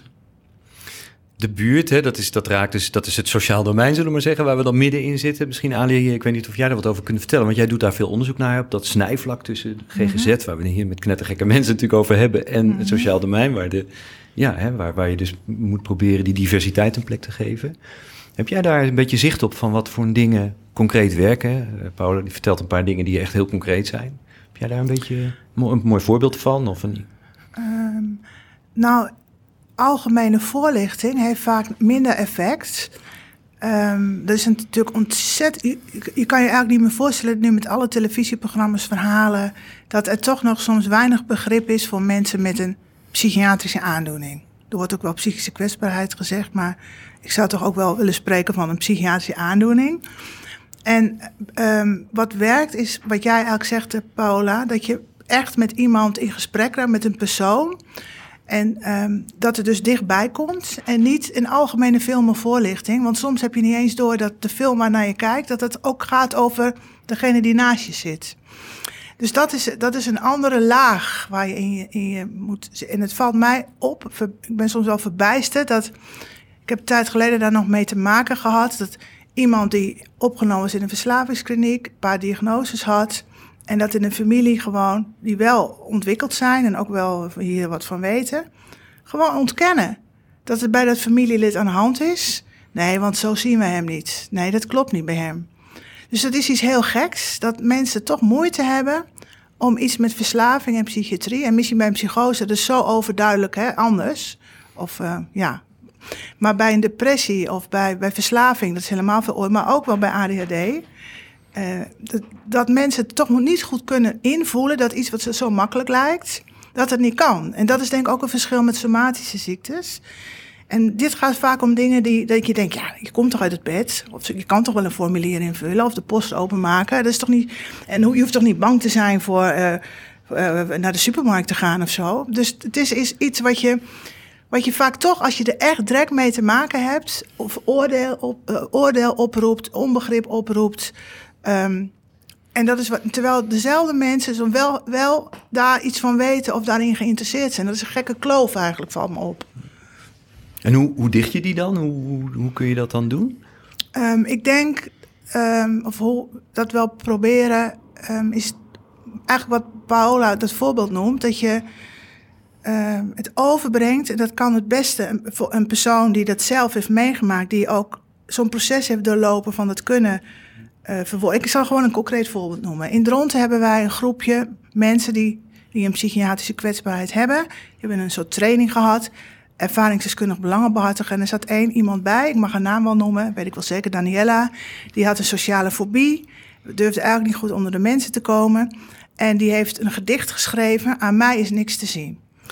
De buurt, hè, dat, is, dat raakt dus, dat is het sociaal domein, zullen we maar zeggen, waar we dan middenin zitten. Misschien, Ali, ik weet niet of jij er wat over kunt vertellen, want jij doet daar veel onderzoek naar op dat snijvlak tussen G G Z, mm-hmm. waar we hier met knettergekke mensen natuurlijk over hebben, en mm-hmm. het sociaal domein, waar, de, ja, hè, waar, waar je dus moet proberen die diversiteit een plek te geven. Heb jij daar een beetje zicht op van wat voor dingen concreet werken? Uh, Paula die vertelt een paar dingen die echt heel concreet zijn. Heb jij daar een beetje een mooi voorbeeld van? Of een... um, nou, algemene voorlichting heeft vaak minder effect. Um, dat is natuurlijk ontzettend... Je, je kan je eigenlijk niet meer voorstellen, nu met alle televisieprogramma's, verhalen, dat er toch nog soms weinig begrip is voor mensen met een psychiatrische aandoening. Er wordt ook wel psychische kwetsbaarheid gezegd, maar ik zou toch ook wel willen spreken van een psychiatrische aandoening. En um, wat werkt is, wat jij eigenlijk zegt, Paula, dat je echt met iemand in gesprek raakt, met een persoon. En um, dat er dus dichtbij komt en niet in algemene film of voorlichting. Want soms heb je niet eens door dat de film waar naar je kijkt, dat het ook gaat over degene die naast je zit. Dus dat is, dat is een andere laag waar je in je, in je moet... En het valt mij op, ik ben soms wel verbijsterd, dat... Ik heb een tijd geleden daar nog mee te maken gehad, dat iemand die opgenomen is in een verslavingskliniek, een paar diagnoses had, en dat in een familie gewoon, die wel ontwikkeld zijn en ook wel hier wat van weten, gewoon ontkennen dat het bij dat familielid aan de hand is. Nee, want zo zien we hem niet. Nee, dat klopt niet bij hem. Dus dat is iets heel geks, dat mensen toch moeite hebben om iets met verslaving en psychiatrie, en misschien bij een psychose, dat is zo overduidelijk hè, anders, of uh, ja... Maar bij een depressie of bij, bij verslaving, dat is helemaal veel, maar ook wel bij A D H D, uh, dat, dat mensen toch niet goed kunnen invoelen dat iets wat zo makkelijk lijkt, dat het niet kan. En dat is denk ik ook een verschil met somatische ziektes. En dit gaat vaak om dingen die dat je denkt, ja, je komt toch uit het bed, of je kan toch wel een formulier invullen of de post openmaken. Dat is toch niet, en je hoeft toch niet bang te zijn voor uh, uh, naar de supermarkt te gaan of zo. Dus het is, is iets wat je Wat je vaak toch, als je er echt direct mee te maken hebt, of oordeel, op, uh, oordeel oproept, onbegrip oproept. Um, en dat is wat, terwijl dezelfde mensen zo wel, wel daar iets van weten of daarin geïnteresseerd zijn. Dat is een gekke kloof eigenlijk, valt me op. En hoe, hoe dicht je die dan? Hoe, hoe, hoe kun je dat dan doen? Um, ik denk, um, of hoe dat wel proberen, um, is eigenlijk wat Paola dat voorbeeld noemt, dat je Uh, het overbrengt, en dat kan het beste een, voor een persoon die dat zelf heeft meegemaakt, die ook zo'n proces heeft doorlopen van het kunnen uh, verwoorden. Ik zal gewoon een concreet voorbeeld noemen. In Dronten hebben wij een groepje mensen die, die een psychiatrische kwetsbaarheid hebben. Die hebben een soort training gehad, ervaringsdeskundig belangenbehartiger. En er zat één iemand bij, ik mag haar naam wel noemen, weet ik wel zeker, Daniela. Die had een sociale fobie, durfde eigenlijk niet goed onder de mensen te komen. En die heeft een gedicht geschreven, Aan mij is niks te zien.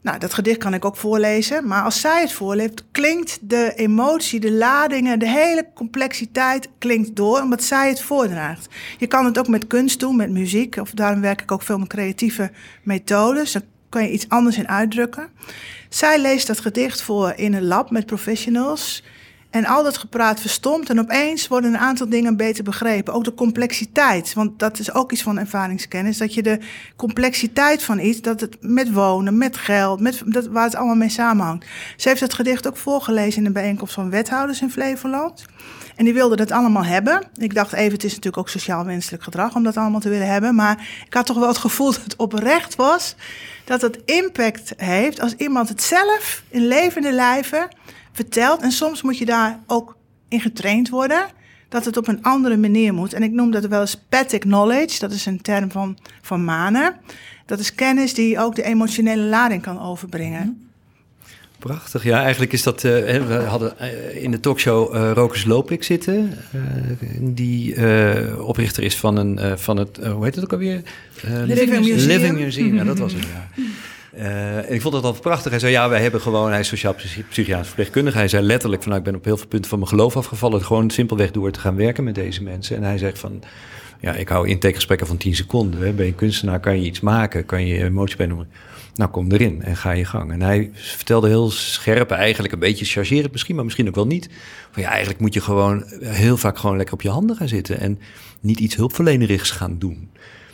Nou, dat gedicht kan ik ook voorlezen. Maar als zij het voorleest, klinkt de emotie, de ladingen, de hele complexiteit klinkt door, omdat zij het voordraagt. Je kan het ook met kunst doen, met muziek. Of daarom werk ik ook veel met creatieve methodes. Dan kan je iets anders in uitdrukken. Zij leest dat gedicht voor in een lab met professionals. En al dat gepraat verstomt en opeens worden een aantal dingen beter begrepen. Ook de complexiteit, want dat is ook iets van ervaringskennis. Dat je de complexiteit van iets, dat het met wonen, met geld, met, dat, waar het allemaal mee samenhangt. Ze heeft het gedicht ook voorgelezen in een bijeenkomst van wethouders in Flevoland. En die wilden dat allemaal hebben. Ik dacht even, het is natuurlijk ook sociaal wenselijk gedrag om dat allemaal te willen hebben. Maar ik had toch wel het gevoel dat het oprecht was. Dat het impact heeft als iemand het zelf in levende lijven vertelt. En soms moet je daar ook in getraind worden, dat het op een andere manier moet. En ik noem dat wel eens empathic knowledge. Dat is een term van, van Manen. Dat is kennis die ook de emotionele lading kan overbrengen. Prachtig. Ja, eigenlijk is dat... Uh, we hadden uh, in de talkshow uh, Rokus Lopik zitten. Uh, die uh, oprichter is van, een, uh, van het... Uh, hoe heet het ook alweer? Uh, Living Museum. Living Museum, ja, dat was het, ja. Uh, ik vond dat altijd prachtig. Hij zei, ja, wij hebben gewoon... Hij is sociaal-psychiatrisch verpleegkundige. Hij zei letterlijk van, nou, ik ben op heel veel punten van mijn geloof afgevallen. Gewoon simpelweg door te gaan werken met deze mensen. En hij zegt van, ja, ik hou intakegesprekken van tien seconden. Hè. Ben je kunstenaar, kan je iets maken, kan je emotie benoemen. Nou, kom erin en ga je gang. En hij vertelde heel scherp, eigenlijk een beetje chargerend misschien, maar misschien ook wel niet. Van ja, eigenlijk moet je gewoon heel vaak gewoon lekker op je handen gaan zitten en niet iets hulpverlenerigs gaan doen.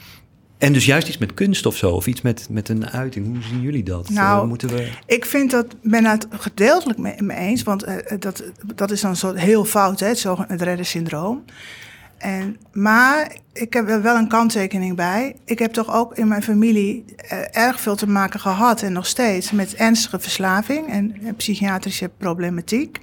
En dus juist iets met kunst of zo, of iets met, met een uiting. Hoe zien jullie dat? Nou, uh, moeten we... ik vind dat, ben het gedeeltelijk mee, mee eens, want uh, dat, dat is dan zo heel fout, hè, het, zo, het reddersyndroom. En, maar ik heb er wel een kanttekening bij. Ik heb toch ook in mijn familie uh, erg veel te maken gehad en nog steeds met ernstige verslaving en, en psychiatrische problematiek.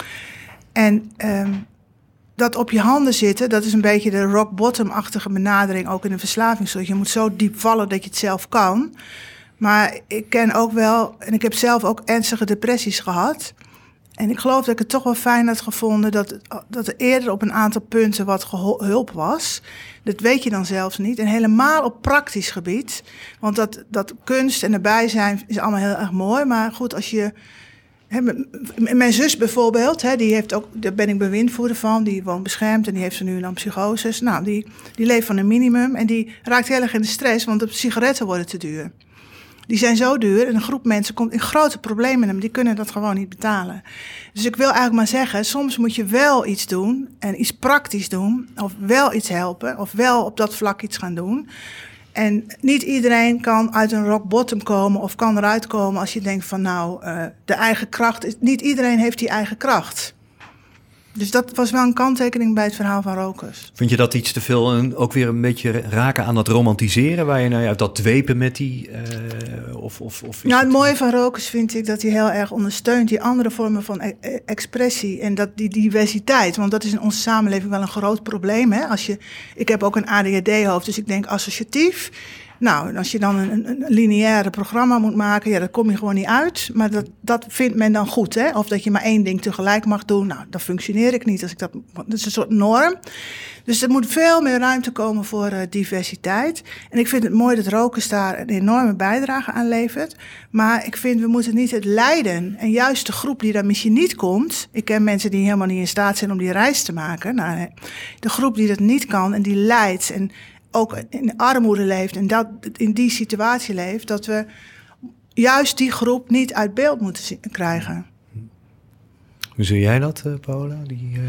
En um, dat op je handen zitten, dat is een beetje de rock bottom-achtige benadering ook in de verslaving. Je moet zo diep vallen dat je het zelf kan. Maar ik ken ook wel, en ik heb zelf ook ernstige depressies gehad. En ik geloof dat ik het toch wel fijn had gevonden dat, dat er eerder op een aantal punten wat geho- hulp was. Dat weet je dan zelfs niet. En helemaal op praktisch gebied. Want dat, dat kunst en erbij zijn is allemaal heel erg mooi. Maar goed, als je... Hè, m- m- mijn zus bijvoorbeeld, hè, die heeft ook, daar ben ik bewindvoerder van. Die woont beschermd en die heeft ze nu dan psychoses. Nou, die, die leeft van een minimum en die raakt heel erg in de stress, want de sigaretten worden te duur. Die zijn zo duur en een groep mensen komt in grote problemen en die kunnen dat gewoon niet betalen. Dus ik wil eigenlijk maar zeggen, soms moet je wel iets doen en iets praktisch doen, of wel iets helpen, of wel op dat vlak iets gaan doen. En niet iedereen kan uit een rock bottom komen of kan eruit komen als je denkt van nou, uh, de eigen kracht is, niet iedereen heeft die eigen kracht. Dus dat was wel een kanttekening bij het verhaal van Rokus. Vind je dat iets te veel en ook weer een beetje raken aan dat romantiseren, waar je nou ja, dat dwepen met die... Uh, of, of, of nou, het mooie van Rokus vind ik dat hij heel erg ondersteunt die andere vormen van e- expressie en dat die diversiteit. Want dat is in onze samenleving wel een groot probleem. Hè? Als je, ik heb ook een A D H D-hoofd, dus ik denk associatief. Nou, als je dan een, een, een lineaire programma moet maken, ja, dat kom je gewoon niet uit. Maar dat, dat vindt men dan goed, hè? Of dat je maar één ding tegelijk mag doen. Nou, dan functioneer ik niet. Als ik dat, dat is een soort norm. Dus er moet veel meer ruimte komen voor uh, diversiteit. En ik vind het mooi dat Rokus daar een enorme bijdrage aan levert. Maar ik vind, we moeten niet het lijden. En juist de groep die daar misschien niet komt. Ik ken mensen die helemaal niet in staat zijn om die reis te maken. Nou, de groep die dat niet kan en die lijdt en ook in armoede leeft en dat in die situatie leeft, dat we juist die groep niet uit beeld moeten zien, krijgen. Hoe zie jij dat, uh, Paula? Die, uh...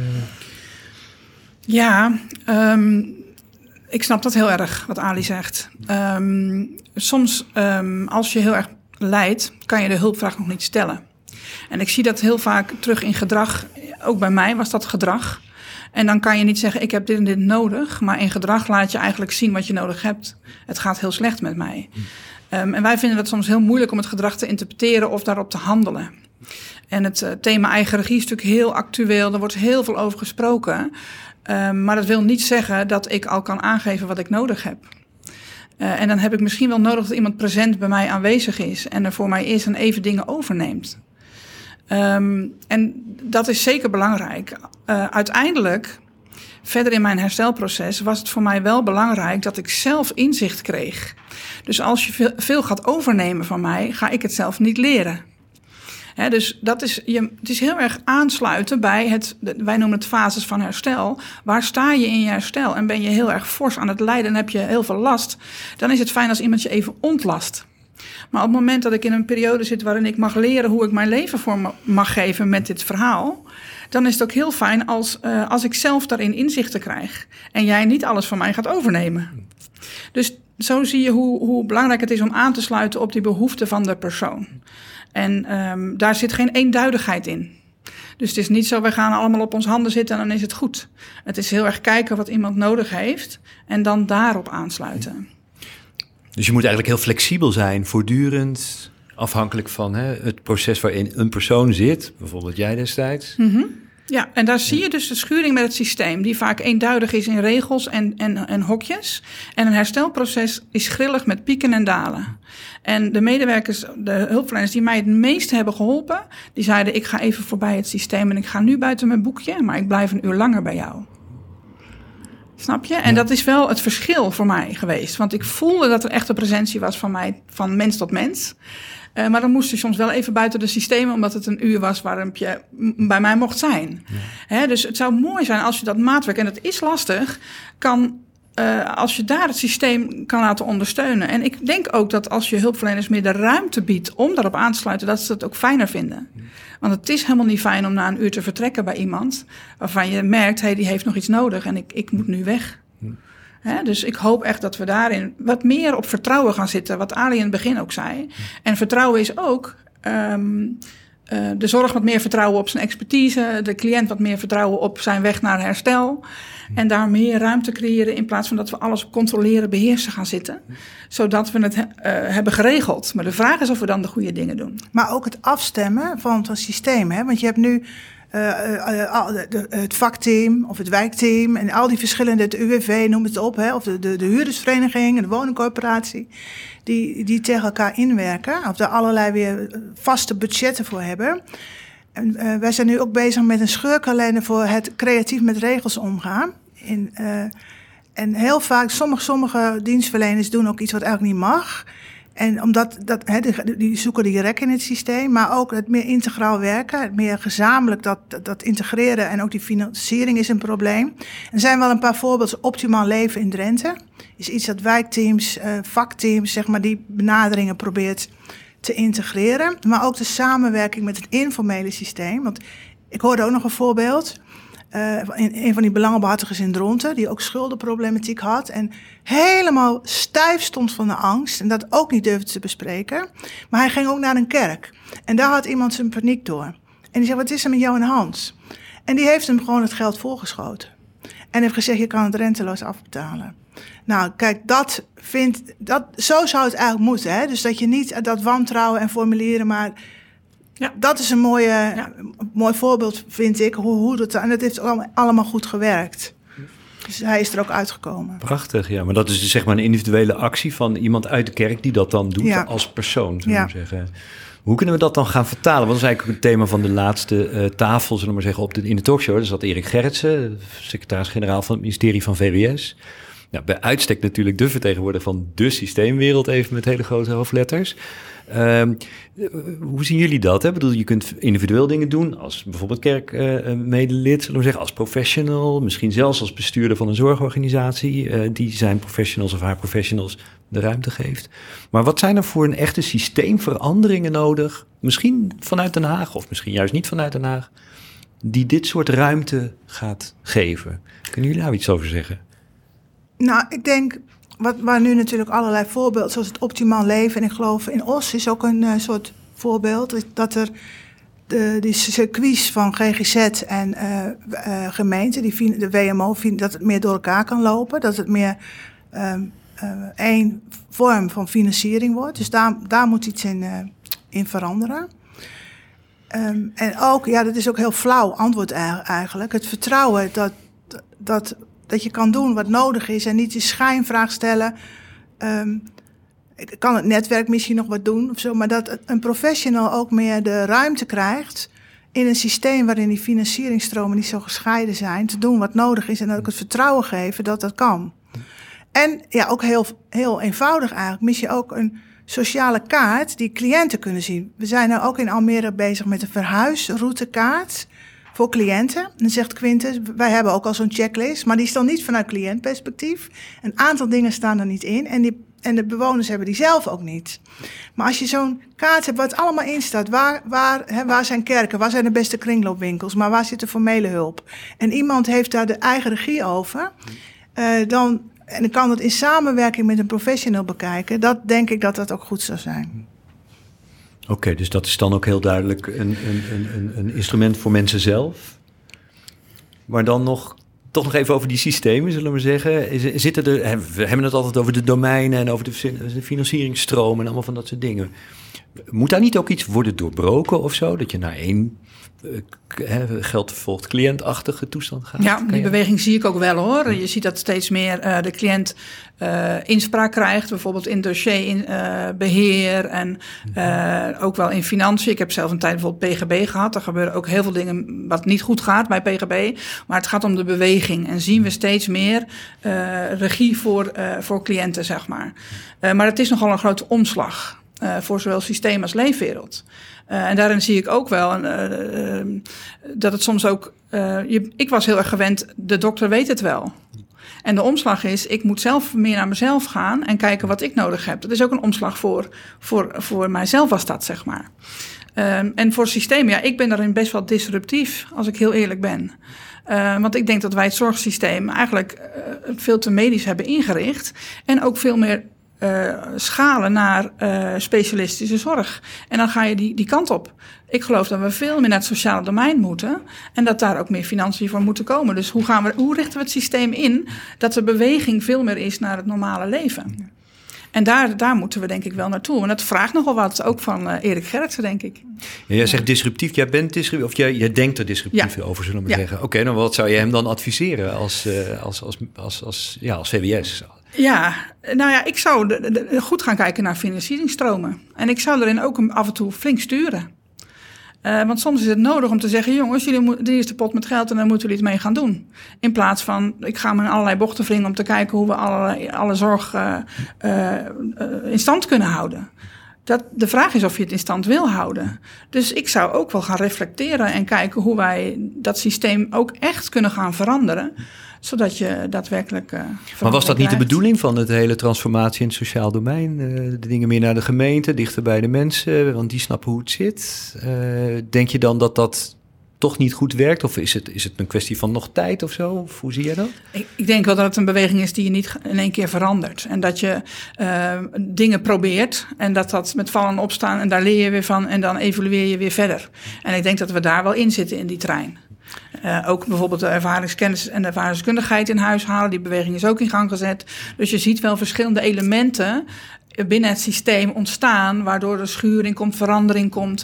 Ja, um, ik snap dat heel erg, wat Ali zegt. Um, soms, um, als je heel erg lijdt, kan je de hulpvraag nog niet stellen. En ik zie dat heel vaak terug in gedrag. Ook bij mij was dat gedrag. En dan kan je niet zeggen, ik heb dit en dit nodig. Maar in gedrag laat je eigenlijk zien wat je nodig hebt. Het gaat heel slecht met mij. Um, en wij vinden het soms heel moeilijk om het gedrag te interpreteren of daarop te handelen. En het uh, thema eigen regie is natuurlijk heel actueel. Er wordt heel veel over gesproken. Um, maar dat wil niet zeggen dat ik al kan aangeven wat ik nodig heb. Uh, en dan heb ik misschien wel nodig dat iemand present bij mij aanwezig is. En er voor mij is en even dingen overneemt. Um, en dat is zeker belangrijk. Uh, uiteindelijk verder in mijn herstelproces was het voor mij wel belangrijk dat ik zelf inzicht kreeg. Dus als je veel, veel gaat overnemen van mij, ga ik het zelf niet leren. He, dus dat is, je, het is heel erg aansluiten bij het, wij noemen het fases van herstel. Waar sta je in je herstel? En ben je heel erg fors aan het lijden en heb je heel veel last, dan is het fijn als iemand je even ontlast. Maar op het moment dat ik in een periode zit waarin ik mag leren hoe ik mijn leven vorm mag geven met dit verhaal, dan is het ook heel fijn als, uh, als ik zelf daarin inzichten krijg. En jij niet alles van mij gaat overnemen. Dus zo zie je hoe, hoe belangrijk het is om aan te sluiten op die behoeften van de persoon. En um, daar zit geen eenduidigheid in. Dus het is niet zo, we gaan allemaal op ons handen zitten en dan is het goed. Het is heel erg kijken wat iemand nodig heeft en dan daarop aansluiten. Dus je moet eigenlijk heel flexibel zijn, voortdurend, afhankelijk van hè, het proces waarin een persoon zit, bijvoorbeeld jij destijds. Mm-hmm. Ja, en daar zie je dus de schuring met het systeem, die vaak eenduidig is in regels en, en, en hokjes. En een herstelproces is grillig met pieken en dalen. En de medewerkers, de hulpverleners die mij het meest hebben geholpen, die zeiden, ik ga even voorbij het systeem en ik ga nu buiten mijn boekje, maar ik blijf een uur langer bij jou. Snap je? En ja. Dat is wel het verschil voor mij geweest. Want ik voelde dat er echt een presentie was van mij, van mens tot mens. Uh, maar dan moest je soms wel even buiten de systemen, omdat het een uur was waarop je bij mij mocht zijn. Ja. Hè, dus het zou mooi zijn als je dat maatwerk, en dat is lastig, kan, uh, als je daar het systeem kan laten ondersteunen. En ik denk ook dat als je hulpverleners meer de ruimte biedt om daarop aan te sluiten, dat ze het ook fijner vinden. Ja. Want het is helemaal niet fijn om na een uur te vertrekken bij iemand waarvan je merkt, hey, die heeft nog iets nodig en ik, ik moet nu weg. Ja. He, dus ik hoop echt dat we daarin wat meer op vertrouwen gaan zitten, wat Ali in het begin ook zei. En vertrouwen is ook um, uh, de zorg wat meer vertrouwen op zijn expertise, de cliënt wat meer vertrouwen op zijn weg naar herstel. En daar meer ruimte creëren in plaats van dat we alles controleren, beheersen gaan zitten. Zodat we het uh, hebben geregeld. Maar de vraag is of we dan de goede dingen doen. Maar ook het afstemmen van het systeem. Hè? Want je hebt nu Uh, uh, uh, de, de, het vakteam of het wijkteam en al die verschillende, het U W V, noem het op, hè, of de, de, de huurdersvereniging en de woningcorporatie, die, die tegen elkaar inwerken, of daar allerlei weer vaste budgetten voor hebben. En, uh, wij zijn nu ook bezig met een scheurkalender voor het creatief met regels omgaan. In, uh, en heel vaak, sommige, sommige dienstverleners doen ook iets wat eigenlijk niet mag. En omdat dat, he, die, die zoeken die rek in het systeem, maar ook het meer integraal werken, het meer gezamenlijk dat, dat, dat integreren en ook die financiering is een probleem. Er zijn wel een paar voorbeelden. Optimaal leven in Drenthe is iets dat wijkteams, uh, vakteams, zeg maar, die benaderingen probeert te integreren. Maar ook de samenwerking met het informele systeem. Want ik hoorde ook nog een voorbeeld. Uh, een van die belangenbehartigers in Dronten, die ook schuldenproblematiek had en helemaal stijf stond van de angst en dat ook niet durfde te bespreken. Maar hij ging ook naar een kerk en daar had iemand zijn paniek door. En die zei, wat is er met jou en Hans? En die heeft hem gewoon het geld voorgeschoten. En heeft gezegd, je kan het renteloos afbetalen. Nou, kijk, dat vindt, dat, zo zou het eigenlijk moeten. Hè? Dus dat je niet dat wantrouwen en formuleren, maar ja, dat is een mooie, ja. mooi voorbeeld, vind ik. Hoe, hoe dat, en dat heeft allemaal, allemaal goed gewerkt. Dus hij is er ook uitgekomen. Prachtig, ja. Maar dat is dus zeg maar een individuele actie van iemand uit de kerk die dat dan doet ja. als persoon, zullen we ja. zeggen. Hoe kunnen we dat dan gaan vertalen? Want dat is eigenlijk ook het thema van de laatste uh, tafel, zullen we maar zeggen, op de, in de talkshow. Daar zat Erik Gerritsen, secretaris-generaal van het ministerie van V W S. Ja, bij uitstek natuurlijk de vertegenwoordiger van de systeemwereld, even met hele grote hoofdletters. Uh, hoe zien jullie dat? Hè? Ik bedoel, je kunt individueel dingen doen, als bijvoorbeeld kerkmedelid, uh, zullen we zeggen, als professional, misschien zelfs als bestuurder van een zorgorganisatie, uh, die zijn professionals of haar professionals de ruimte geeft. Maar wat zijn er voor een echte systeemveranderingen nodig, misschien vanuit Den Haag of misschien juist niet vanuit Den Haag, die dit soort ruimte gaat geven? Kunnen jullie daar iets over zeggen? Nou, ik denk, wat, waar nu natuurlijk allerlei voorbeelden, zoals het optimaal leven. En ik geloof in Os is ook een uh, soort voorbeeld. Dat er de, die circuits van G G Z en uh, uh, gemeenten, die, de W M O, dat het meer door elkaar kan lopen. Dat het meer um, uh, één vorm van financiering wordt. Dus daar, daar moet iets in, uh, in veranderen. Um, en ook, ja, dat is ook heel flauw antwoord eigenlijk. Het vertrouwen dat... dat Dat je kan doen wat nodig is en niet die schijnvraag stellen. Um, kan het netwerk misschien nog wat doen of zo, maar dat een professional ook meer de ruimte krijgt in een systeem waarin die financieringstromen niet zo gescheiden zijn, te doen wat nodig is en ook het vertrouwen geven dat dat kan. En ja, ook heel, heel eenvoudig eigenlijk, mis je ook een sociale kaart die cliënten kunnen zien. We zijn nu ook in Almere bezig met een verhuisroutekaart voor cliënten. En dan zegt Quintus, wij hebben ook al zo'n checklist, maar die is dan niet vanuit cliëntperspectief. Een aantal dingen staan er niet in en, die, en de bewoners hebben die zelf ook niet. Maar als je zo'n kaart hebt waar het allemaal in staat, waar, waar, hè, waar zijn kerken, waar zijn de beste kringloopwinkels, maar waar zit de formele hulp? En iemand heeft daar de eigen regie over, uh, dan, en dan kan het in samenwerking met een professional bekijken, dat denk ik dat dat ook goed zou zijn. Oké, okay, dus dat is dan ook heel duidelijk een, een, een, een instrument voor mensen zelf. Maar dan nog, toch nog even over die systemen, zullen we zeggen. Zitten er, we hebben het altijd over de domeinen en over de financieringstromen en allemaal van dat soort dingen. Moet daar niet ook iets worden doorbroken of zo? Dat je naar één uh, geld volgt cliëntachtige toestand gaat? Ja, die beweging zie ik ook wel hoor. Je ziet dat steeds meer uh, de cliënt uh, inspraak krijgt. Bijvoorbeeld in dossierbeheer uh, en uh, ook wel in financiën. Ik heb zelf een tijd bijvoorbeeld P G B gehad. Er gebeuren ook heel veel dingen wat niet goed gaat bij P G B. Maar het gaat om de beweging. En zien we steeds meer uh, regie voor, uh, voor cliënten, zeg maar. Uh, maar het is nogal een grote omslag. Uh, voor zowel systeem als leefwereld. Uh, en daarin zie ik ook wel uh, uh, dat het soms ook... Uh, je, ik was heel erg gewend, de dokter weet het wel. En de omslag is, ik moet zelf meer naar mezelf gaan en kijken wat ik nodig heb. Dat is ook een omslag voor, voor, voor mijzelf was dat, zeg maar. Uh, en voor systeem, ja, ik ben daarin best wel disruptief, als ik heel eerlijk ben. Uh, want ik denk dat wij het zorgsysteem eigenlijk uh, veel te medisch hebben ingericht. En ook veel meer... Uh, schalen naar uh, specialistische zorg. En dan ga je die, die kant op. Ik geloof dat we veel meer naar het sociale domein moeten. En dat daar ook meer financiën voor moeten komen. Dus hoe, gaan we, hoe richten we het systeem in dat de beweging veel meer is naar het normale leven? En daar, daar moeten we denk ik wel naartoe. En dat vraagt nogal wat, ook van uh, Erik Gerritsen, denk ik. Ja, jij zegt disruptief, jij bent disruptief, of jij, jij denkt er disruptief ja. over, zullen we maar ja. zeggen. Oké, okay, dan wat zou je hem dan adviseren als, uh, als, als, als, als, ja, als V W S? Ja, nou ja, ik zou de, de, goed gaan kijken naar financieringstromen. En ik zou erin ook af en toe flink sturen. Uh, want soms is het nodig om te zeggen, jongens, jullie moeten de eerste pot met geld en dan moeten jullie het mee gaan doen. In plaats van, ik ga me in allerlei bochten wringen om te kijken hoe we alle, alle zorg uh, uh, uh, in stand kunnen houden. Dat, de vraag is of je het in stand wil houden. Dus ik zou ook wel gaan reflecteren en kijken hoe wij dat systeem ook echt kunnen gaan veranderen. Zodat je daadwerkelijk... Uh, maar was dat niet de bedoeling van het hele transformatie in het sociaal domein? Uh, de dingen meer naar de gemeente, dichter bij de mensen, want die snappen hoe het zit. Uh, denk je dan dat dat toch niet goed werkt? Of is het, is het een kwestie van nog tijd of zo? Of hoe zie jij dat? Ik, ik denk wel dat het een beweging is die je niet in één keer verandert. En dat je uh, dingen probeert en dat dat met vallen en opstaan en daar leer je weer van en dan evolueer je weer verder. En ik denk dat we daar wel in zitten in die trein. Uh, ook bijvoorbeeld de ervaringskennis en de ervaringskundigheid in huis halen. Die beweging is ook in gang gezet. Dus je ziet wel verschillende elementen binnen het systeem ontstaan, waardoor er schuring komt, verandering komt.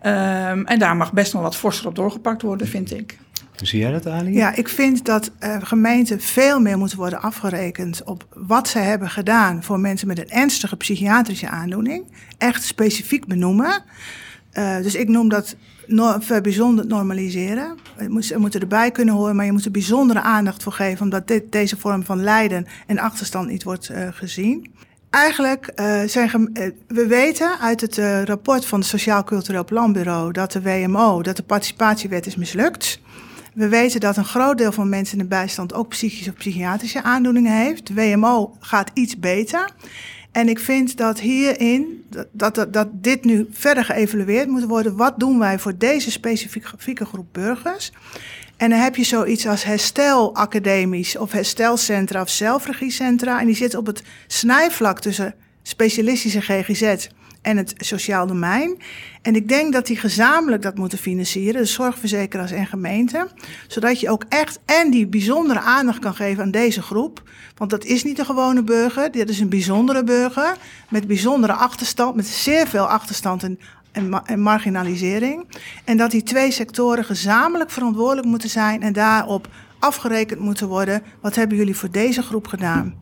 Um, en daar mag best nog wat forser op doorgepakt worden, vind ik. Zie jij dat, Ali? Ja, ik vind dat uh, gemeenten veel meer moeten worden afgerekend op wat ze hebben gedaan voor mensen met een ernstige psychiatrische aandoening. Echt specifiek benoemen. Uh, dus ik noem dat no- bijzonder normaliseren. Ze moeten erbij kunnen horen, maar je moet er bijzondere aandacht voor geven, omdat dit, deze vorm van lijden en achterstand niet wordt uh, gezien. Eigenlijk uh, zijn gem- uh, we weten uit het uh, rapport van het Sociaal Cultureel Planbureau dat de W M O, dat de participatiewet is mislukt. We weten dat een groot deel van mensen in de bijstand ook psychische of psychiatrische aandoeningen heeft. De W M O gaat iets beter. En ik vind dat hierin, dat, dat, dat dit nu verder geëvalueerd moet worden. Wat doen wij voor deze specifieke groep burgers? En dan heb je zoiets als herstelacademies of herstelcentra of zelfregiecentra. En die zitten op het snijvlak tussen specialistische G G Z en het sociaal domein. En ik denk dat die gezamenlijk dat moeten financieren, de zorgverzekeraars en gemeenten. Zodat je ook echt en die bijzondere aandacht kan geven aan deze groep. Want dat is niet een gewone burger, dit is een bijzondere burger met bijzondere achterstand, met zeer veel achterstand en, en, ma- en marginalisering. En dat die twee sectoren gezamenlijk verantwoordelijk moeten zijn en daarop afgerekend moeten worden. Wat hebben jullie voor deze groep gedaan?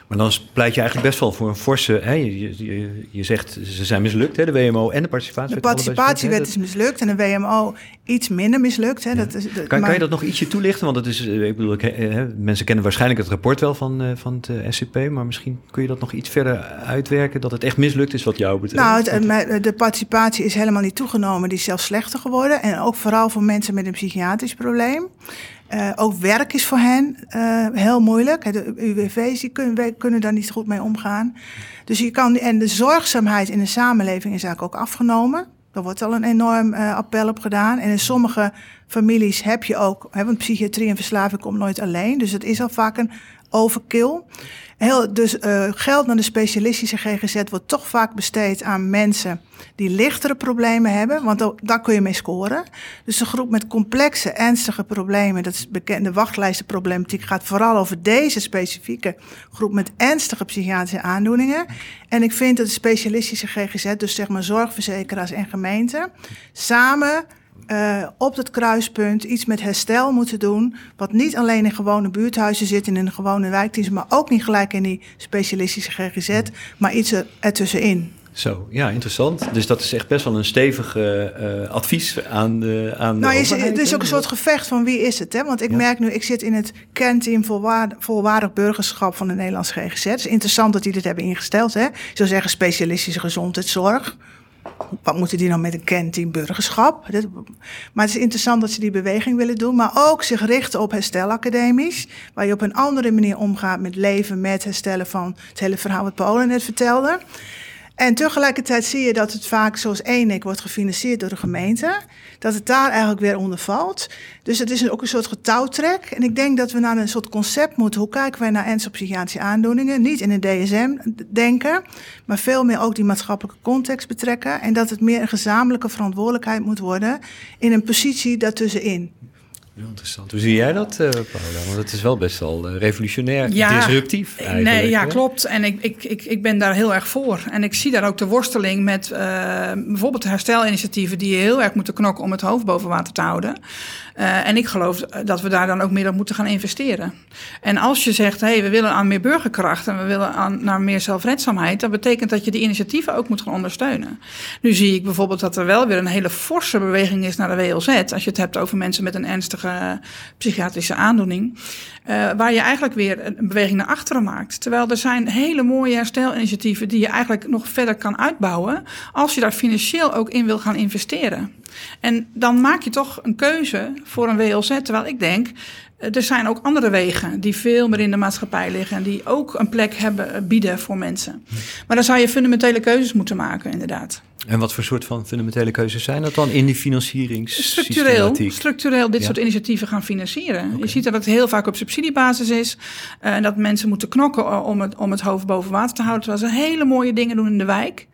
Maar dan pleit je eigenlijk best wel voor een forse... Hè, je, je, je zegt, ze zijn mislukt, hè, de W M O en de participatiewet. De participatiewet is mislukt en de W M O iets minder mislukt. Hè, ja. dat is, de, kan, maar... kan je dat nog ietsje toelichten? Want het is, ik bedoel, ik, hè, mensen kennen waarschijnlijk het rapport wel van, uh, van het uh, S C P... maar misschien kun je dat nog iets verder uitwerken... dat het echt mislukt is wat jou betreft. Nou, het, de participatie is helemaal niet toegenomen. Die is zelfs slechter geworden. En ook vooral voor mensen met een psychiatrisch probleem. Uh, ook werk is voor hen uh, heel moeilijk. De U W V's die kunnen, kunnen daar niet goed mee omgaan. Dus je kan, en de zorgzaamheid in de samenleving is eigenlijk ook afgenomen. Er wordt al een enorm uh, appel op gedaan. En in sommige families heb je ook... Hè, want psychiatrie en verslaving komt nooit alleen. Dus het is al vaak een overkill. Heel, dus uh, geld naar de specialistische G G Z wordt toch vaak besteed aan mensen die lichtere problemen hebben, want do- daar kun je mee scoren. Dus de groep met complexe, ernstige problemen, dat is bekende wachtlijstenproblematiek, gaat vooral over deze specifieke groep met ernstige psychiatrische aandoeningen. En ik vind dat de specialistische G G Z, dus zeg maar zorgverzekeraars en gemeenten, samen Uh, op dat kruispunt iets met herstel moeten doen, wat niet alleen in gewone buurthuizen zit en in een gewone wijkdienst, maar ook niet gelijk in die specialistische G G Z, maar iets er, ertussenin. Zo, ja, interessant. Dus dat is echt best wel een stevig uh, uh, advies aan de aan nou, de is, het is ook een soort gevecht van wie is het, hè? Want ik ja. merk nu, ik zit in het kernteam volwaardig, volwaardig burgerschap van de Nederlandse G G Z. Het is interessant dat die dit hebben ingesteld, hè? Ik zou zeggen specialistische gezondheidszorg. Wat moeten die nou met een kernteam burgerschap? Maar het is interessant dat ze die beweging willen doen. Maar ook zich richten op herstelacademies. Waar je op een andere manier omgaat met leven, met herstellen van het hele verhaal wat Paula net vertelde. En tegelijkertijd zie je dat het vaak zoals Enik wordt gefinancierd door de gemeente. Dat het daar eigenlijk weer onder valt. Dus het is ook een soort getouwtrek. En ik denk dat we naar een soort concept moeten. Hoe kijken wij naar ernstige psychiatrische aandoeningen? Niet in een D S M denken, maar veel meer ook die maatschappelijke context betrekken. En dat het meer een gezamenlijke verantwoordelijkheid moet worden in een positie daartussenin. Heel interessant. Hoe zie jij dat, uh, Paula? Want het is wel best wel uh, revolutionair, ja, disruptief eigenlijk. Nee, ja, hè? klopt. En ik, ik, ik, ik ben daar heel erg voor. En ik zie daar ook de worsteling met uh, bijvoorbeeld de herstelinitiatieven die heel erg moeten knokken om het hoofd boven water te houden. Uh, en ik geloof dat we daar dan ook meer op moeten gaan investeren. En als je zegt, hé, hey, we willen aan meer burgerkracht en we willen aan, naar meer zelfredzaamheid, dat betekent dat je die initiatieven ook moet gaan ondersteunen. Nu zie ik bijvoorbeeld dat er wel weer een hele forse beweging is naar de W L Z, als je het hebt over mensen met een ernstige psychiatrische aandoening, uh, waar je eigenlijk weer een beweging naar achteren maakt. Terwijl er zijn hele mooie herstelinitiatieven die je eigenlijk nog verder kan uitbouwen, als je daar financieel ook in wil gaan investeren. En dan maak je toch een keuze voor een W L Z. Terwijl ik denk, er zijn ook andere wegen die veel meer in de maatschappij liggen en die ook een plek hebben, bieden voor mensen. Maar dan zou je fundamentele keuzes moeten maken, inderdaad. En wat voor soort van fundamentele keuzes zijn dat dan in die financieringssystematiek? Structureel, structureel dit ja. soort initiatieven gaan financieren. Okay. Je ziet dat het heel vaak op subsidiebasis is. Uh, en dat mensen moeten knokken om het, om het hoofd boven water te houden. Terwijl ze hele mooie dingen doen in de wijk.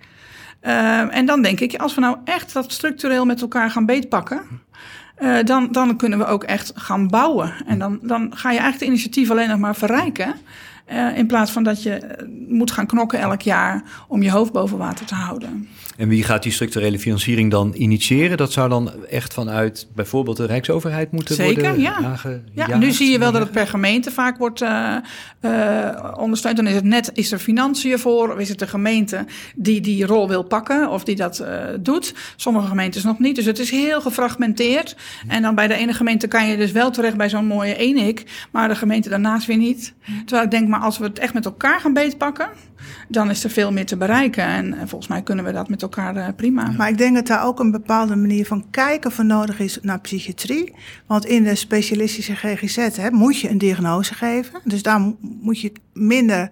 Uh, en dan denk ik, als we nou echt dat structureel met elkaar gaan beetpakken, uh, dan, dan kunnen we ook echt gaan bouwen. En dan, dan ga je eigenlijk de initiatief alleen nog maar verrijken. Uh, in plaats van dat je moet gaan knokken elk jaar om je hoofd boven water te houden. En wie gaat die structurele financiering dan initiëren? Dat zou dan echt vanuit bijvoorbeeld de Rijksoverheid moeten Zeker, worden ja. aangejaagd? Ja, nu zie je wel dat het per gemeente vaak wordt uh, uh, ondersteund. Dan is het net, is er financiën voor? Of is het de gemeente die die rol wil pakken? Of die dat uh, doet? Sommige gemeentes nog niet. Dus het is heel gefragmenteerd. En dan bij de ene gemeente kan je dus wel terecht bij zo'n mooie Enik. Maar de gemeente daarnaast weer niet. Terwijl ik denk, maar als we het echt met elkaar gaan beetpakken, dan is er veel meer te bereiken. En, en volgens mij kunnen we dat met elkaar uh, prima. Maar ik denk dat daar ook een bepaalde manier van kijken voor nodig is naar psychiatrie. Want in de specialistische G G Z hè, moet je een diagnose geven. Dus daar moet je minder,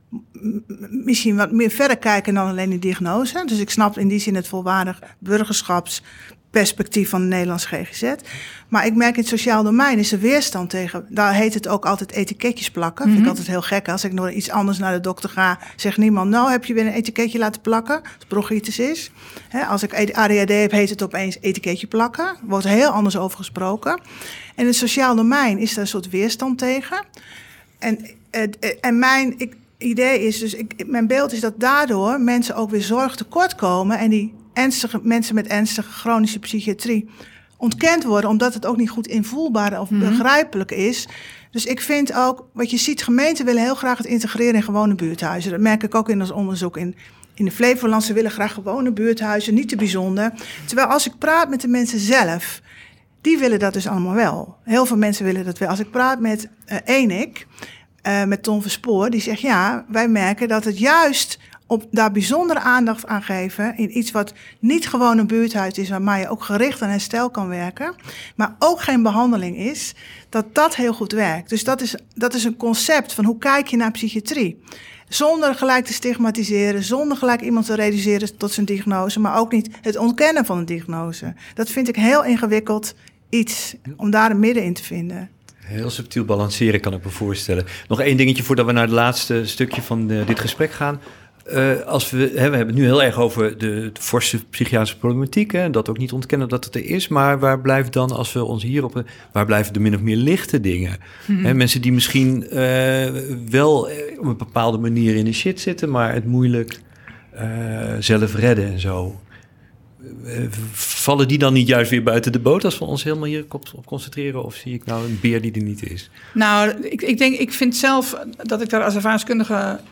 misschien wat meer verder kijken dan alleen die diagnose. Dus ik snap in die zin het volwaardig burgerschapsperspectief van de Nederlandse G G Z. Maar ik merk in het sociaal domein is er weerstand tegen. Daar heet het ook altijd etiketjes plakken. Mm-hmm. Vind ik altijd heel gek. Als ik door iets anders naar de dokter ga, zegt niemand, nou heb je weer een etiketje laten plakken. Als het bronchitis is. He, als ik A D H D heb, heet het opeens etiketje plakken. Er wordt heel anders over gesproken. En in het sociaal domein is daar een soort weerstand tegen. En, en mijn ik, idee is dus, ik, mijn beeld is dat daardoor mensen ook weer zorg tekort komen. En die ernstige mensen met ernstige chronische psychiatrie ontkend worden, omdat het ook niet goed invoelbaar of mm-hmm. begrijpelijk is, Dus ik vind ook, wat je ziet, gemeenten willen heel graag het integreren in gewone buurthuizen. Dat merk ik ook in ons onderzoek in, in de Flevoland. Ze willen graag gewone buurthuizen, niet te bijzonder. Terwijl als ik praat met de mensen zelf, die willen dat dus allemaal wel. Heel veel mensen willen dat wel. Als ik praat met uh, Enik, uh, met Tom Verspoor, die zegt ja, wij merken dat het juist op daar bijzondere aandacht aan geven in iets wat niet gewoon een buurthuis is, waar je ook gericht aan herstel kan werken, maar ook geen behandeling is, dat dat heel goed werkt. Dus dat is, dat is een concept van hoe kijk je naar psychiatrie. Zonder gelijk te stigmatiseren, zonder gelijk iemand te reduceren tot zijn diagnose, maar ook niet het ontkennen van een diagnose. Dat vind ik heel ingewikkeld iets, om daar een midden in te vinden. Heel subtiel balanceren, kan ik me voorstellen. Nog één dingetje voordat we naar het laatste stukje van uh, dit gesprek gaan. Uh, als we, hè, we hebben het nu heel erg over de, de forse psychiatrische problematiek, hè, dat ook niet ontkennen dat het er is, maar waar blijft dan, als we ons hierop, waar blijven de min of meer lichte dingen? Mm-hmm. Hè, mensen die misschien uh, wel op een bepaalde manier in de shit zitten, maar het moeilijk uh, zelf redden en zo. Uh, vallen die dan niet juist weer buiten de boot als we ons helemaal hier op, op concentreren? Of zie ik nou een beer die er niet is? Nou, ik, ik denk, ik vind zelf dat ik daar als ervaringskundige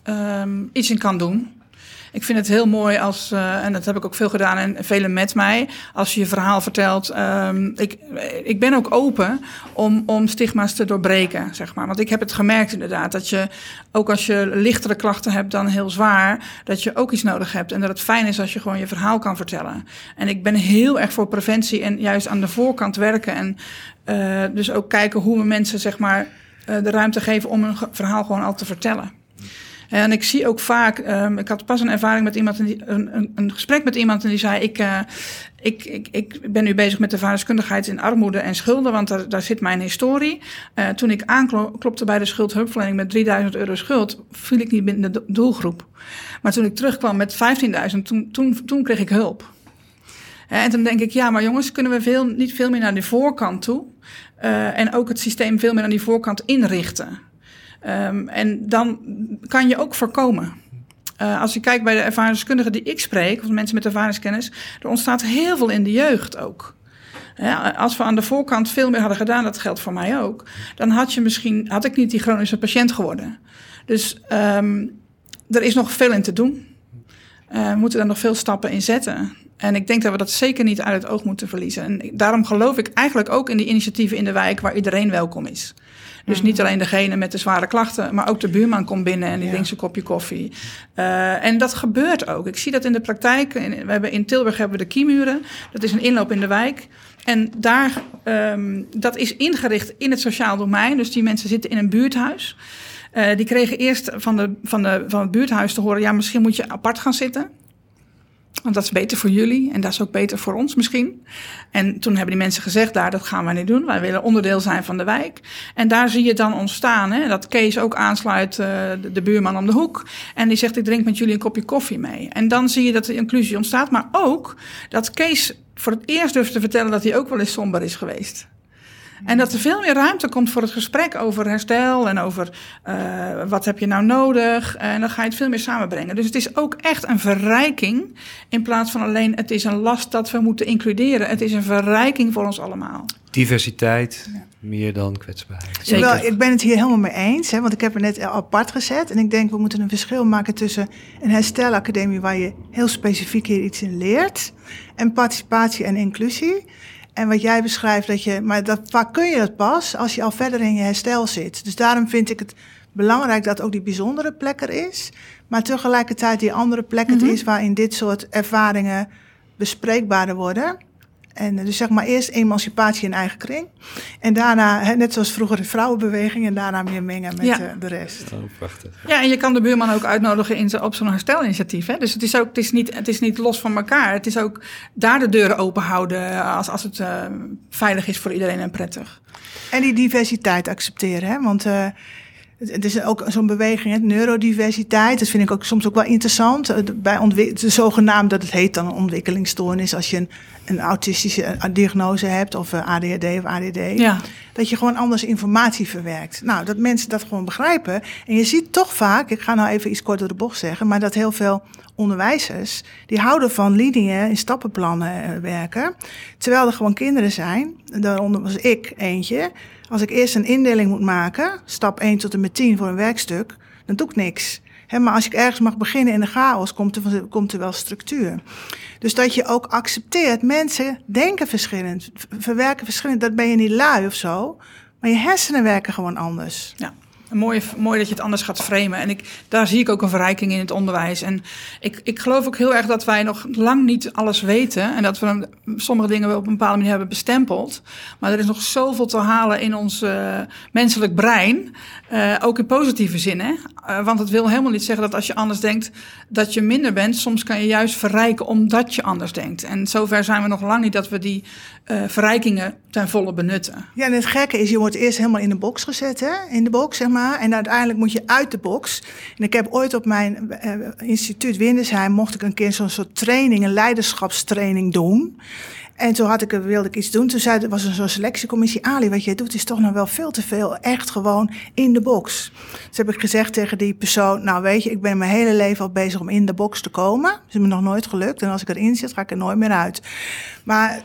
Um, iets in kan doen. Ik vind het heel mooi als, uh, en dat heb ik ook veel gedaan en velen met mij, als je je verhaal vertelt. Um, ik, ik ben ook open om, om stigma's te doorbreken, zeg maar. Want ik heb het gemerkt inderdaad, dat je, ook als je lichtere klachten hebt dan heel zwaar, dat je ook iets nodig hebt. En dat het fijn is als je gewoon je verhaal kan vertellen. En ik ben heel erg voor preventie en juist aan de voorkant werken. En uh, dus ook kijken hoe we mensen, zeg maar, uh, de ruimte geven om hun verhaal gewoon al te vertellen. En ik zie ook vaak, um, ik had pas een ervaring met iemand, die, een, een, een gesprek met iemand en die zei, ik, uh, ik, ik, ik ben nu bezig met de ervaringskundigheid in armoede en schulden, want daar, daar zit mijn historie. Uh, toen ik aanklopte bij de schuldhulpverlening met drieduizend euro schuld, viel ik niet binnen de doelgroep. Maar toen ik terugkwam met vijftienduizend, toen, toen, toen kreeg ik hulp. En toen denk ik, ja, maar jongens, kunnen we veel, niet veel meer naar de voorkant toe? Uh, en ook het systeem veel meer aan die voorkant inrichten. Um, en dan kan je ook voorkomen. Uh, als je kijkt bij de ervaringskundigen die ik spreek, of mensen met ervaringskennis, er ontstaat heel veel in de jeugd ook. Ja, als we aan de voorkant veel meer hadden gedaan, dat geldt voor mij ook, dan had je misschien, had ik niet die chronische patiënt geworden. Dus um, er is nog veel in te doen. Uh, we moeten daar nog veel stappen in zetten. En ik denk dat we dat zeker niet uit het oog moeten verliezen. En daarom geloof ik eigenlijk ook in die initiatieven in de wijk waar iedereen welkom is. Dus niet alleen degene met de zware klachten, maar ook de buurman komt binnen en die ja. drinkt zijn kopje koffie. Uh, en dat gebeurt ook. Ik zie dat in de praktijk. We hebben in Tilburg hebben we de Kiemuren. Dat is een inloop in de wijk. En daar, um, dat is ingericht in het sociaal domein. Dus die mensen zitten in een buurthuis. Uh, die kregen eerst van, de, van, de, van het buurthuis te horen, ja, misschien moet je apart gaan zitten. Want dat is beter voor jullie en dat is ook beter voor ons misschien. En toen hebben die mensen gezegd, daar, dat gaan wij niet doen. Wij willen onderdeel zijn van de wijk. En daar zie je dan ontstaan, hè, dat Kees ook aansluit, uh, de, de buurman om de hoek. En die zegt, ik drink met jullie een kopje koffie mee. En dan zie je dat de inclusie ontstaat. Maar ook dat Kees voor het eerst durft te vertellen dat hij ook wel eens somber is geweest. En dat er veel meer ruimte komt voor het gesprek over herstel en over uh, wat heb je nou nodig. En dan ga je het veel meer samenbrengen. Dus het is ook echt een verrijking in plaats van alleen het is een last dat we moeten includeren. Het is een verrijking voor ons allemaal. Diversiteit, ja. Meer dan kwetsbaarheid. Zeker. Wel, ik ben het hier helemaal mee eens, hè, want ik heb het net apart gezet. En ik denk, we moeten een verschil maken tussen een herstelacademie waar je heel specifiek hier iets in leert, en participatie en inclusie. En wat jij beschrijft, dat je, maar dat, vaak kun je dat pas als je al verder in je herstel zit. Dus daarom vind ik het belangrijk dat ook die bijzondere plek er is. Maar tegelijkertijd die andere plek mm-hmm. het is waarin dit soort ervaringen bespreekbaarder worden. En dus zeg maar eerst emancipatie in eigen kring. En daarna, net zoals vroeger de vrouwenbeweging, en daarna meer mengen met ja. de, de rest. Oh, prachtig. Ja, en je kan de buurman ook uitnodigen in zo, op zo'n herstelinitiatief. Hè? Dus het is ook, het is, niet, het is niet los van elkaar. Het is ook daar de deuren open houden als, als het uh, veilig is voor iedereen en prettig. En die diversiteit accepteren, hè? Want uh, het is ook zo'n beweging, hè? Neurodiversiteit. Dat vind ik ook soms ook wel interessant. Bij ontwik- de zogenaamd, dat het heet dan een ontwikkelingsstoornis, als je een, een autistische diagnose hebt, of A D H D of A D D. Ja. Dat je gewoon anders informatie verwerkt. Nou, dat mensen dat gewoon begrijpen. En je ziet toch vaak, ik ga nou even iets kort door de bocht zeggen, maar dat heel veel onderwijzers, die houden van lineair in stappenplannen werken. Terwijl er gewoon kinderen zijn, daaronder was ik eentje. Als ik eerst een indeling moet maken, stap één tot en met tien voor een werkstuk, dan doe ik niks. He, maar als ik ergens mag beginnen in de chaos, komt er, komt er wel structuur. Dus dat je ook accepteert, mensen denken verschillend, verwerken verschillend. Dat ben je niet lui of zo, maar je hersenen werken gewoon anders. Ja. Mooi, mooi dat je het anders gaat framen. En ik, daar zie ik ook een verrijking in het onderwijs. En ik, ik geloof ook heel erg dat wij nog lang niet alles weten. En dat we sommige dingen wel op een bepaalde manier hebben bestempeld. Maar er is nog zoveel te halen in ons uh, menselijk brein. Uh, ook in positieve zin. Hè? Uh, want het wil helemaal niet zeggen dat als je anders denkt, dat je minder bent. Soms kan je juist verrijken omdat je anders denkt. En zover zijn we nog lang niet dat we die uh, verrijkingen ten volle benutten. Ja, en het gekke is, je wordt eerst helemaal in de box gezet, hè? In de box, zeg maar. En uiteindelijk moet je uit de box. En ik heb ooit op mijn uh, instituut Windesheim, mocht ik een keer zo'n soort training, een leiderschapstraining doen. En toen had ik, wilde ik iets doen. Toen zei, er was een zo'n selectiecommissie. Ali, wat jij doet is toch nog wel veel te veel. Echt gewoon in de box. Dus heb ik gezegd tegen die persoon, nou weet je, ik ben mijn hele leven al bezig om in de box te komen. Dat is me nog nooit gelukt. En als ik erin zit, ga ik er nooit meer uit. Maar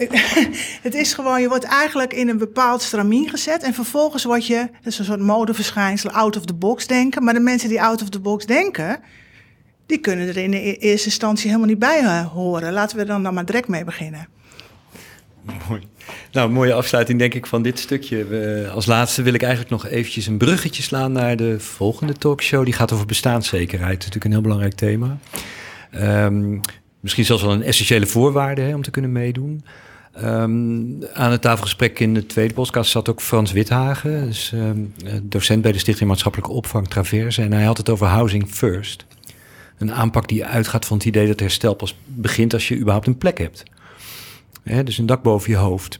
het is gewoon, je wordt eigenlijk in een bepaald stramien gezet. En vervolgens word je, dat is een soort modeverschijnsel, out of the box denken. Maar de mensen die out of the box denken, die kunnen er in de eerste instantie helemaal niet bij horen. Laten we dan, dan maar direct mee beginnen. Mooi. Nou, een mooie afsluiting denk ik van dit stukje. We, als laatste wil ik eigenlijk nog eventjes een bruggetje slaan naar de volgende talkshow. Die gaat over bestaanszekerheid. Dat is natuurlijk een heel belangrijk thema. Um, misschien zelfs wel een essentiële voorwaarde hè, om te kunnen meedoen. Um, aan het tafelgesprek in de tweede podcast zat ook Frans Withagen. Dus, um, docent bij de Stichting Maatschappelijke Opvang Traverse. En hij had het over housing first. Een aanpak die uitgaat van het idee dat herstel pas begint als je überhaupt een plek hebt. He, dus een dak boven je hoofd.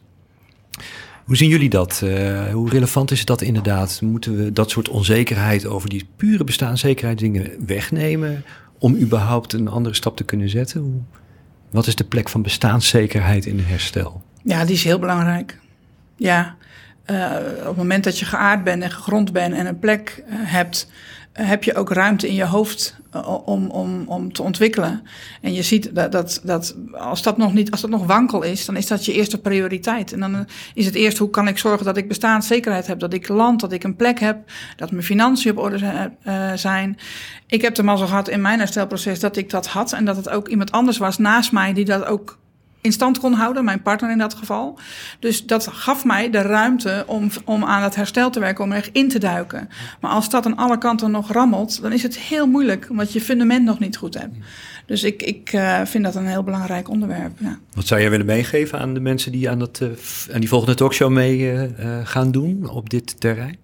Hoe zien jullie dat? Uh, hoe relevant is dat inderdaad? Moeten we dat soort onzekerheid over die pure bestaanszekerheid dingen wegnemen om überhaupt een andere stap te kunnen zetten? Hoe, wat is de plek van bestaanszekerheid in herstel? Ja, die is heel belangrijk. Ja, uh, op het moment dat je geaard bent en gegrond bent en een plek uh, hebt, uh, heb je ook ruimte in je hoofd uh, om, om, om te ontwikkelen. En je ziet dat, dat, dat als dat nog niet, als dat nog wankel is, dan is dat je eerste prioriteit. En dan uh, is het eerst, hoe kan ik zorgen dat ik bestaanszekerheid heb, dat ik land, dat ik een plek heb, dat mijn financiën op orde uh, zijn. Ik heb de mazzel gehad in mijn herstelproces dat ik dat had en dat het ook iemand anders was naast mij die dat ook in stand kon houden, mijn partner in dat geval. Dus dat gaf mij de ruimte om, om aan het herstel te werken, om er echt in te duiken. Maar als dat aan alle kanten nog rammelt, dan is het heel moeilijk, omdat je fundament nog niet goed hebt. Dus ik, ik uh, vind dat een heel belangrijk onderwerp. Ja. Wat zou jij willen meegeven aan de mensen die aan, dat, uh, aan die volgende talkshow mee uh, uh, gaan doen op dit terrein?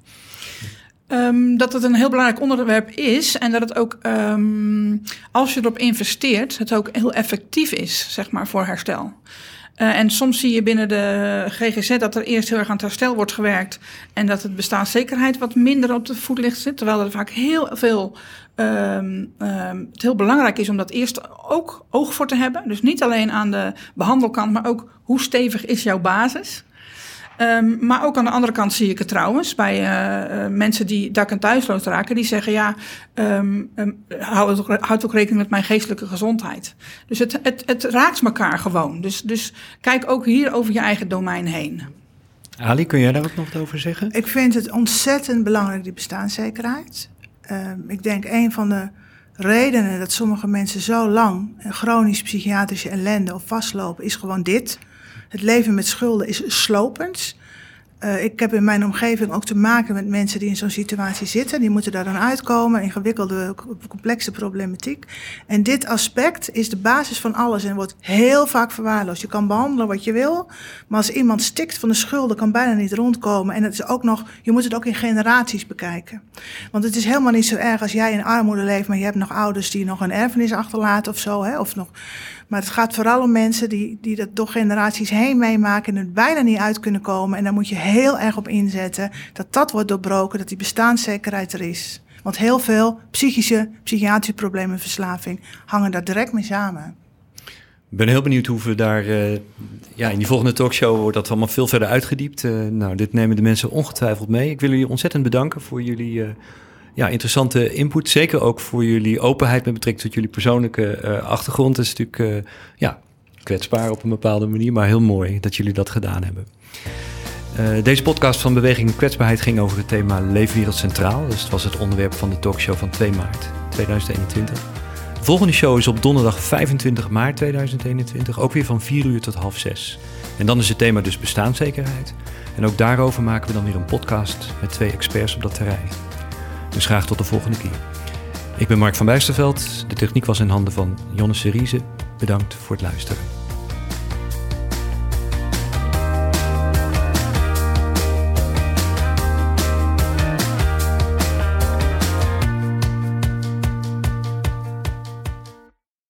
Um, dat het een heel belangrijk onderwerp is en dat het ook, um, als je erop investeert, het ook heel effectief is, zeg maar, voor herstel. Uh, en soms zie je binnen de G G Z dat er eerst heel erg aan het herstel wordt gewerkt en dat het bestaanszekerheid wat minder op de voetlicht zit, terwijl er vaak heel veel Um, um, het heel belangrijk is om dat eerst ook oog voor te hebben. Dus niet alleen aan de behandelkant, maar ook hoe stevig is jouw basis. Um, maar ook aan de andere kant zie ik het trouwens bij uh, uh, mensen die dak- en thuisloos raken. Die zeggen ja, um, um, houd, ook, houd ook rekening met mijn geestelijke gezondheid. Dus het, het, het raakt elkaar gewoon. Dus, dus kijk ook hier over je eigen domein heen. Ali, kun jij daar ook nog over zeggen? Ik vind het ontzettend belangrijk, die bestaanszekerheid. Uh, ik denk een van de redenen dat sommige mensen zo lang chronisch psychiatrische ellende of vastlopen is gewoon dit. Het leven met schulden is slopend. Uh, ik heb in mijn omgeving ook te maken met mensen die in zo'n situatie zitten. Die moeten daar dan uitkomen, ingewikkelde, complexe problematiek. En dit aspect is de basis van alles en wordt heel vaak verwaarloosd. Je kan behandelen wat je wil, maar als iemand stikt van de schulden, kan bijna niet rondkomen. En het is ook nog, je moet het ook in generaties bekijken. Want het is helemaal niet zo erg als jij in armoede leeft, maar je hebt nog ouders die nog een erfenis achterlaten of zo, hè, of nog. Maar het gaat vooral om mensen die, die dat door generaties heen meemaken en er bijna niet uit kunnen komen. En daar moet je heel erg op inzetten dat dat wordt doorbroken, dat die bestaanszekerheid er is. Want heel veel psychische, psychiatrische problemen en verslaving hangen daar direct mee samen. Ik ben heel benieuwd hoe we daar, uh, ja, in die volgende talkshow wordt dat allemaal veel verder uitgediept. Uh, nou, dit nemen de mensen ongetwijfeld mee. Ik wil jullie ontzettend bedanken voor jullie uh, ja, interessante input. Zeker ook voor jullie openheid met betrekking tot jullie persoonlijke uh, achtergrond. Dat is natuurlijk uh, ja, kwetsbaar op een bepaalde manier, maar heel mooi dat jullie dat gedaan hebben. Uh, deze podcast van Beweging Kwetsbaarheid ging over het thema Leefwereld Centraal. Dus het was het onderwerp van de talkshow van twee maart tweeduizend eenentwintig. De volgende show is op donderdag vijfentwintig maart tweeduizend eenentwintig, ook weer van vier uur tot half zes. En dan is het thema dus bestaanszekerheid. En ook daarover maken we dan weer een podcast met twee experts op dat terrein. Dus graag tot de volgende keer. Ik ben Mark van Bijsterveld. De techniek was in handen van Jonne Serize. Bedankt voor het luisteren.